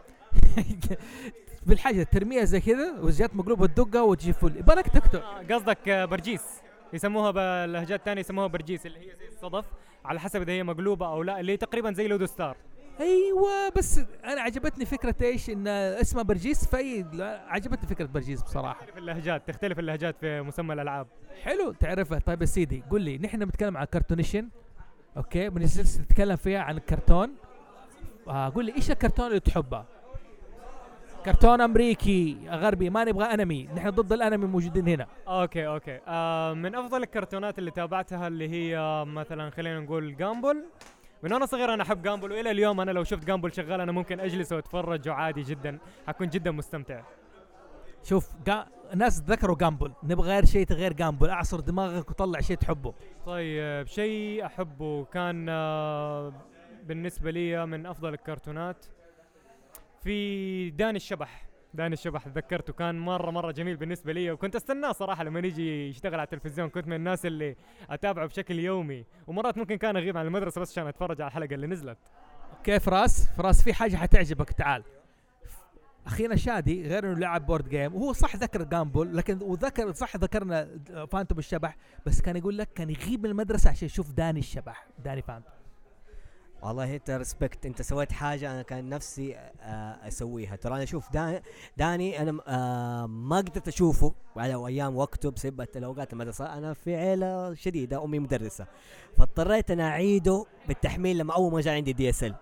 بالحاجة ترميها زي كذا وجات مقلوبة الدقة وتجي فل. يبالك تكتب. قصدك برجيس، يسموها باللهجات الثانية يسموها برجيس، اللي هي زي الصدف على حسب إذا هي مقلوبة أو لا، اللي هي تقريبا زي لودو ستار. ايوه بس انا عجبتني فكره ايش ان اسمها برجيس، عجبتني فكره برجيس بصراحه. تختلف اللهجات في مسمى الالعاب. حلو تعرفها. طيب يا سيدي قل لي، نحن بنتكلم عن كرتونيشن اوكي، بنجلس نتكلم فيها عن الكرتون. قل لي ايش الكرتون اللي تحبه؟ كرتون امريكي غربي، ما نبغى انمي، نحن ضد الانمي موجودين هنا. اوكي من افضل الكرتونات اللي تابعتها اللي هي مثلا خلينا نقول جامبل. من وانا صغير انا احب جامبل، والى اليوم انا لو شفت جامبل شغال انا ممكن اجلس واتفرج عادي جدا، حكون جدا مستمتع. شوف الناس ذكروا جامبل، نبغى غير شيء غير جامبل، اعصر دماغك وطلع شيء تحبه. طيب شيء احبه كان بالنسبه لي من افضل الكرتونات في داني الشبح تذكرته، كان مرة جميل بالنسبة لي، وكنت استناه صراحة لما يجي يشتغل على التلفزيون. كنت من الناس اللي اتابعه بشكل يومي، ومرات ممكن كان اغيب عن المدرسة بس عشان اتفرج على الحلقة اللي نزلت. كيف فراس في حاجة حتعجبك، تعال. اخينا شادي غير انه لعب بورد جيم، وهو صح ذكر جامبل، لكن ذكرنا فانتوم الشبح، بس كان يقول لك كان يغيب من المدرسة عشان يشوف داني الشبح، داني فانتوم. والله انت ريسبكت، انت سويت حاجه انا كان نفسي اسويها. ترى انا اشوف داني انا ما قدرت اشوفه على ايام وقته بسبب اوقات المدرسه. انا في عيله شديده، امي مدرسه، فاضطريت انا اعيده بالتحميل لما اول ما جاء عندي DSL.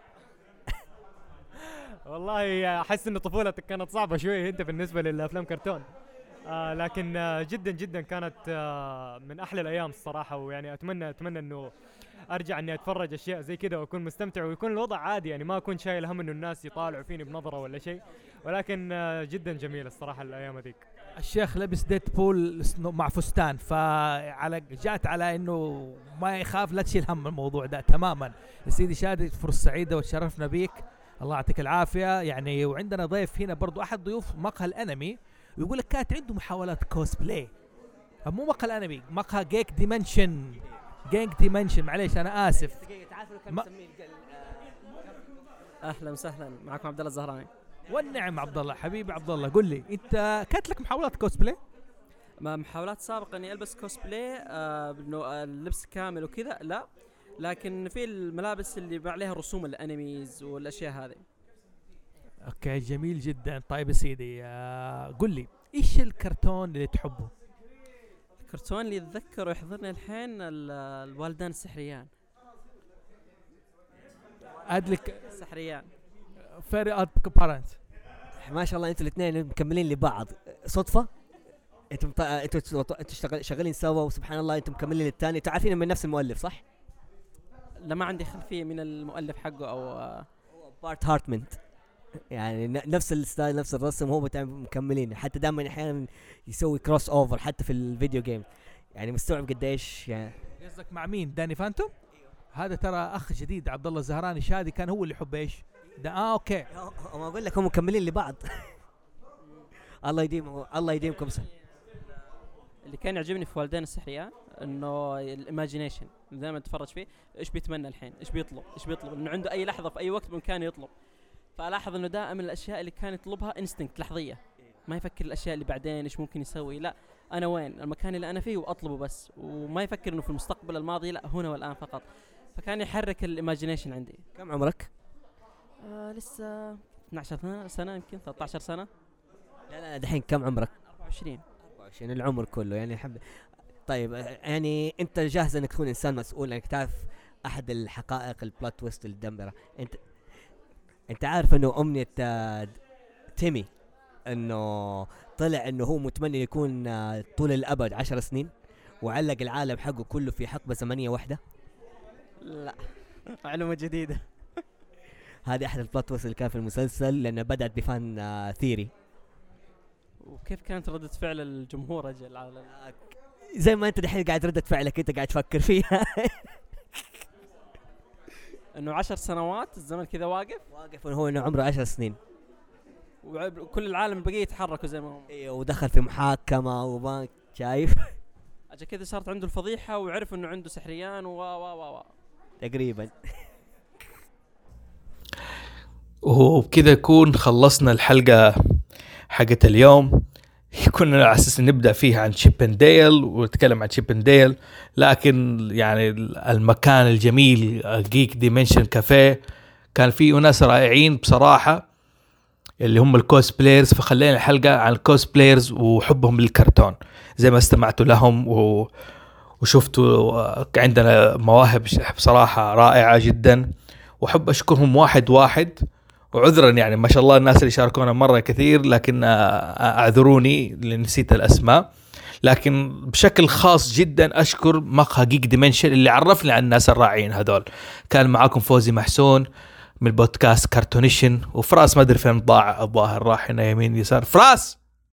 والله احس ان طفولتك كانت صعبه شويه انت بالنسبه للافلام كرتون. لكن جدا كانت من احلى الايام الصراحه، ويعني اتمنى انه ارجع اني اتفرج اشياء زي كذا واكون مستمتع ويكون الوضع عادي، يعني ما اكون شايل هم انه الناس يطالعوا فيني بنظره ولا شيء، ولكن جدا جميل الصراحه الايام هذيك. الشيخ لبس ديدبول مع فستان، جات على انه ما يخاف، لا تشيل هم الموضوع ده تماما. يا سيدي شادي فرصه سعيده وتشرفنا بيك، الله يعطيك العافيه يعني. وعندنا ضيف هنا برضو احد ضيوف مقهى الانمي، ويقول لك كانت عنده محاولات كوسبلاي، مو مقهى الانمي، مقهى جيك ديمنشن. معليش انا اسف. اهلا وسهلا، معكم عبد الله الزهراني. والنعم عبد الله، حبيبي عبد الله، قل لي انت كانت لك محاولات كوسبلاي؟ محاولات سابقه اني البس كوسبلاي انه اللبس كامل وكذا لا، لكن في الملابس اللي عليها رسوم الانميز والاشياء هذه. اوكي جميل جدا. طيب يا سيدي قل لي ايش الكرتون اللي تحبه؟ الكرتون اللي يتذكر ويحضرني الحين الوالدان السحريان. ادلك السحريان فيري اد بارنت. ما شاء الله انتوا الاثنين مكملين لبعض صدفه. انتوا شغالين سوا وسبحان الله انتم مكملين للثاني. تعرفين من نفس المؤلف صح؟ لا ما عندي خلفيه من المؤلف حقه او بارت هارتمنت، يعني نفس الستايل نفس الرسم، هو مكملين. حتى دائما احيانا يسوي كروس اوفر حتى في الفيديو جيم، يعني مستوعب قديش يعني. قصدك مع مين؟ داني فانتوم؟ هذا ترى اخ جديد عبد الله الزهراني شادي، كان هو اللي يحب ايش ده. اوكي ما اقول لك هم مكملين لبعض. الله يديمكم. اللي كان يعجبني في والدين السحريان انه الايماجينيشن دائما تتفرج فيه، ايش بيتمنى الحين، ايش بيطلب انه عنده اي لحظه في اي وقت بامكانه يطلب. فالاحظ انه دائما الاشياء اللي كان يطلبها انستنكت لحظيه، ما يفكر الاشياء اللي بعدين ايش ممكن يسوي، لا انا وين المكان اللي انا فيه واطلبه بس، وما يفكر انه في المستقبل الماضي، لا هنا والان فقط. فكان يحرك الايماجينيشن عندي. كم عمرك؟ لسه 12 سنه يمكن 13 سنه. لا دحين كم عمرك؟ 24 العمر كله يعني طيب يعني انت جاهز انك تكون انسان مسؤول، انك تعرف احد الحقائق البلوت تويست اللي تدمره. انت عارف انه امنية تيمي انه طلع انه هو متمنى يكون طول الابد 10 سنين وعلق العالم حقه كله في حقبة زمنية واحدة؟ لا معلومة جديدة. هذه احد البلوت تويست اللي كان في المسلسل، لانه بدأت بفان ثيري. وكيف كانت ردة فعل الجمهور اجل على زي ما انت دحين قاعد ردة فعلك انت قاعد تفكر فيها. انه 10 سنوات الزمن كذا واقف هو انه عمره 10 سنين وكل العالم البقية يتحركوا زي ما هم. ايوه ودخل في محاكمة وما شايف. عشان كذا صارت عنده الفضيحة وعرف انه عنده سحريان تقريبا. وبكذا يكون خلصنا الحلقة حقت اليوم. كنا على اساس نبدا فيها عن شيبنديل ونتكلم عن شيبنديل، لكن يعني المكان الجميل جيك ديمنشن كافيه كان فيه ناس رائعين بصراحه اللي هم الكوسبلايرز، فخلينا الحلقه عن الكوسبلايرز وحبهم للكرتون زي ما استمعتوا لهم وشفتوا عندنا مواهب بصراحه رائعه جدا، وحب اشكرهم واحد واحد. وعذرا يعني ما شاء الله الناس اللي شاركونا مرة كثير، لكن اعذروني لأن نسيت الأسماء. لكن بشكل خاص جدا أشكر مقهى جيك ديمنشن اللي عرفني عن الناس الرائعين هذول. كان معاكم فوزي محسون من بودكاست كارتونيشن، وفراس ما أدري فين ضاع، الظاهر راح هنا يمين يسار. فراس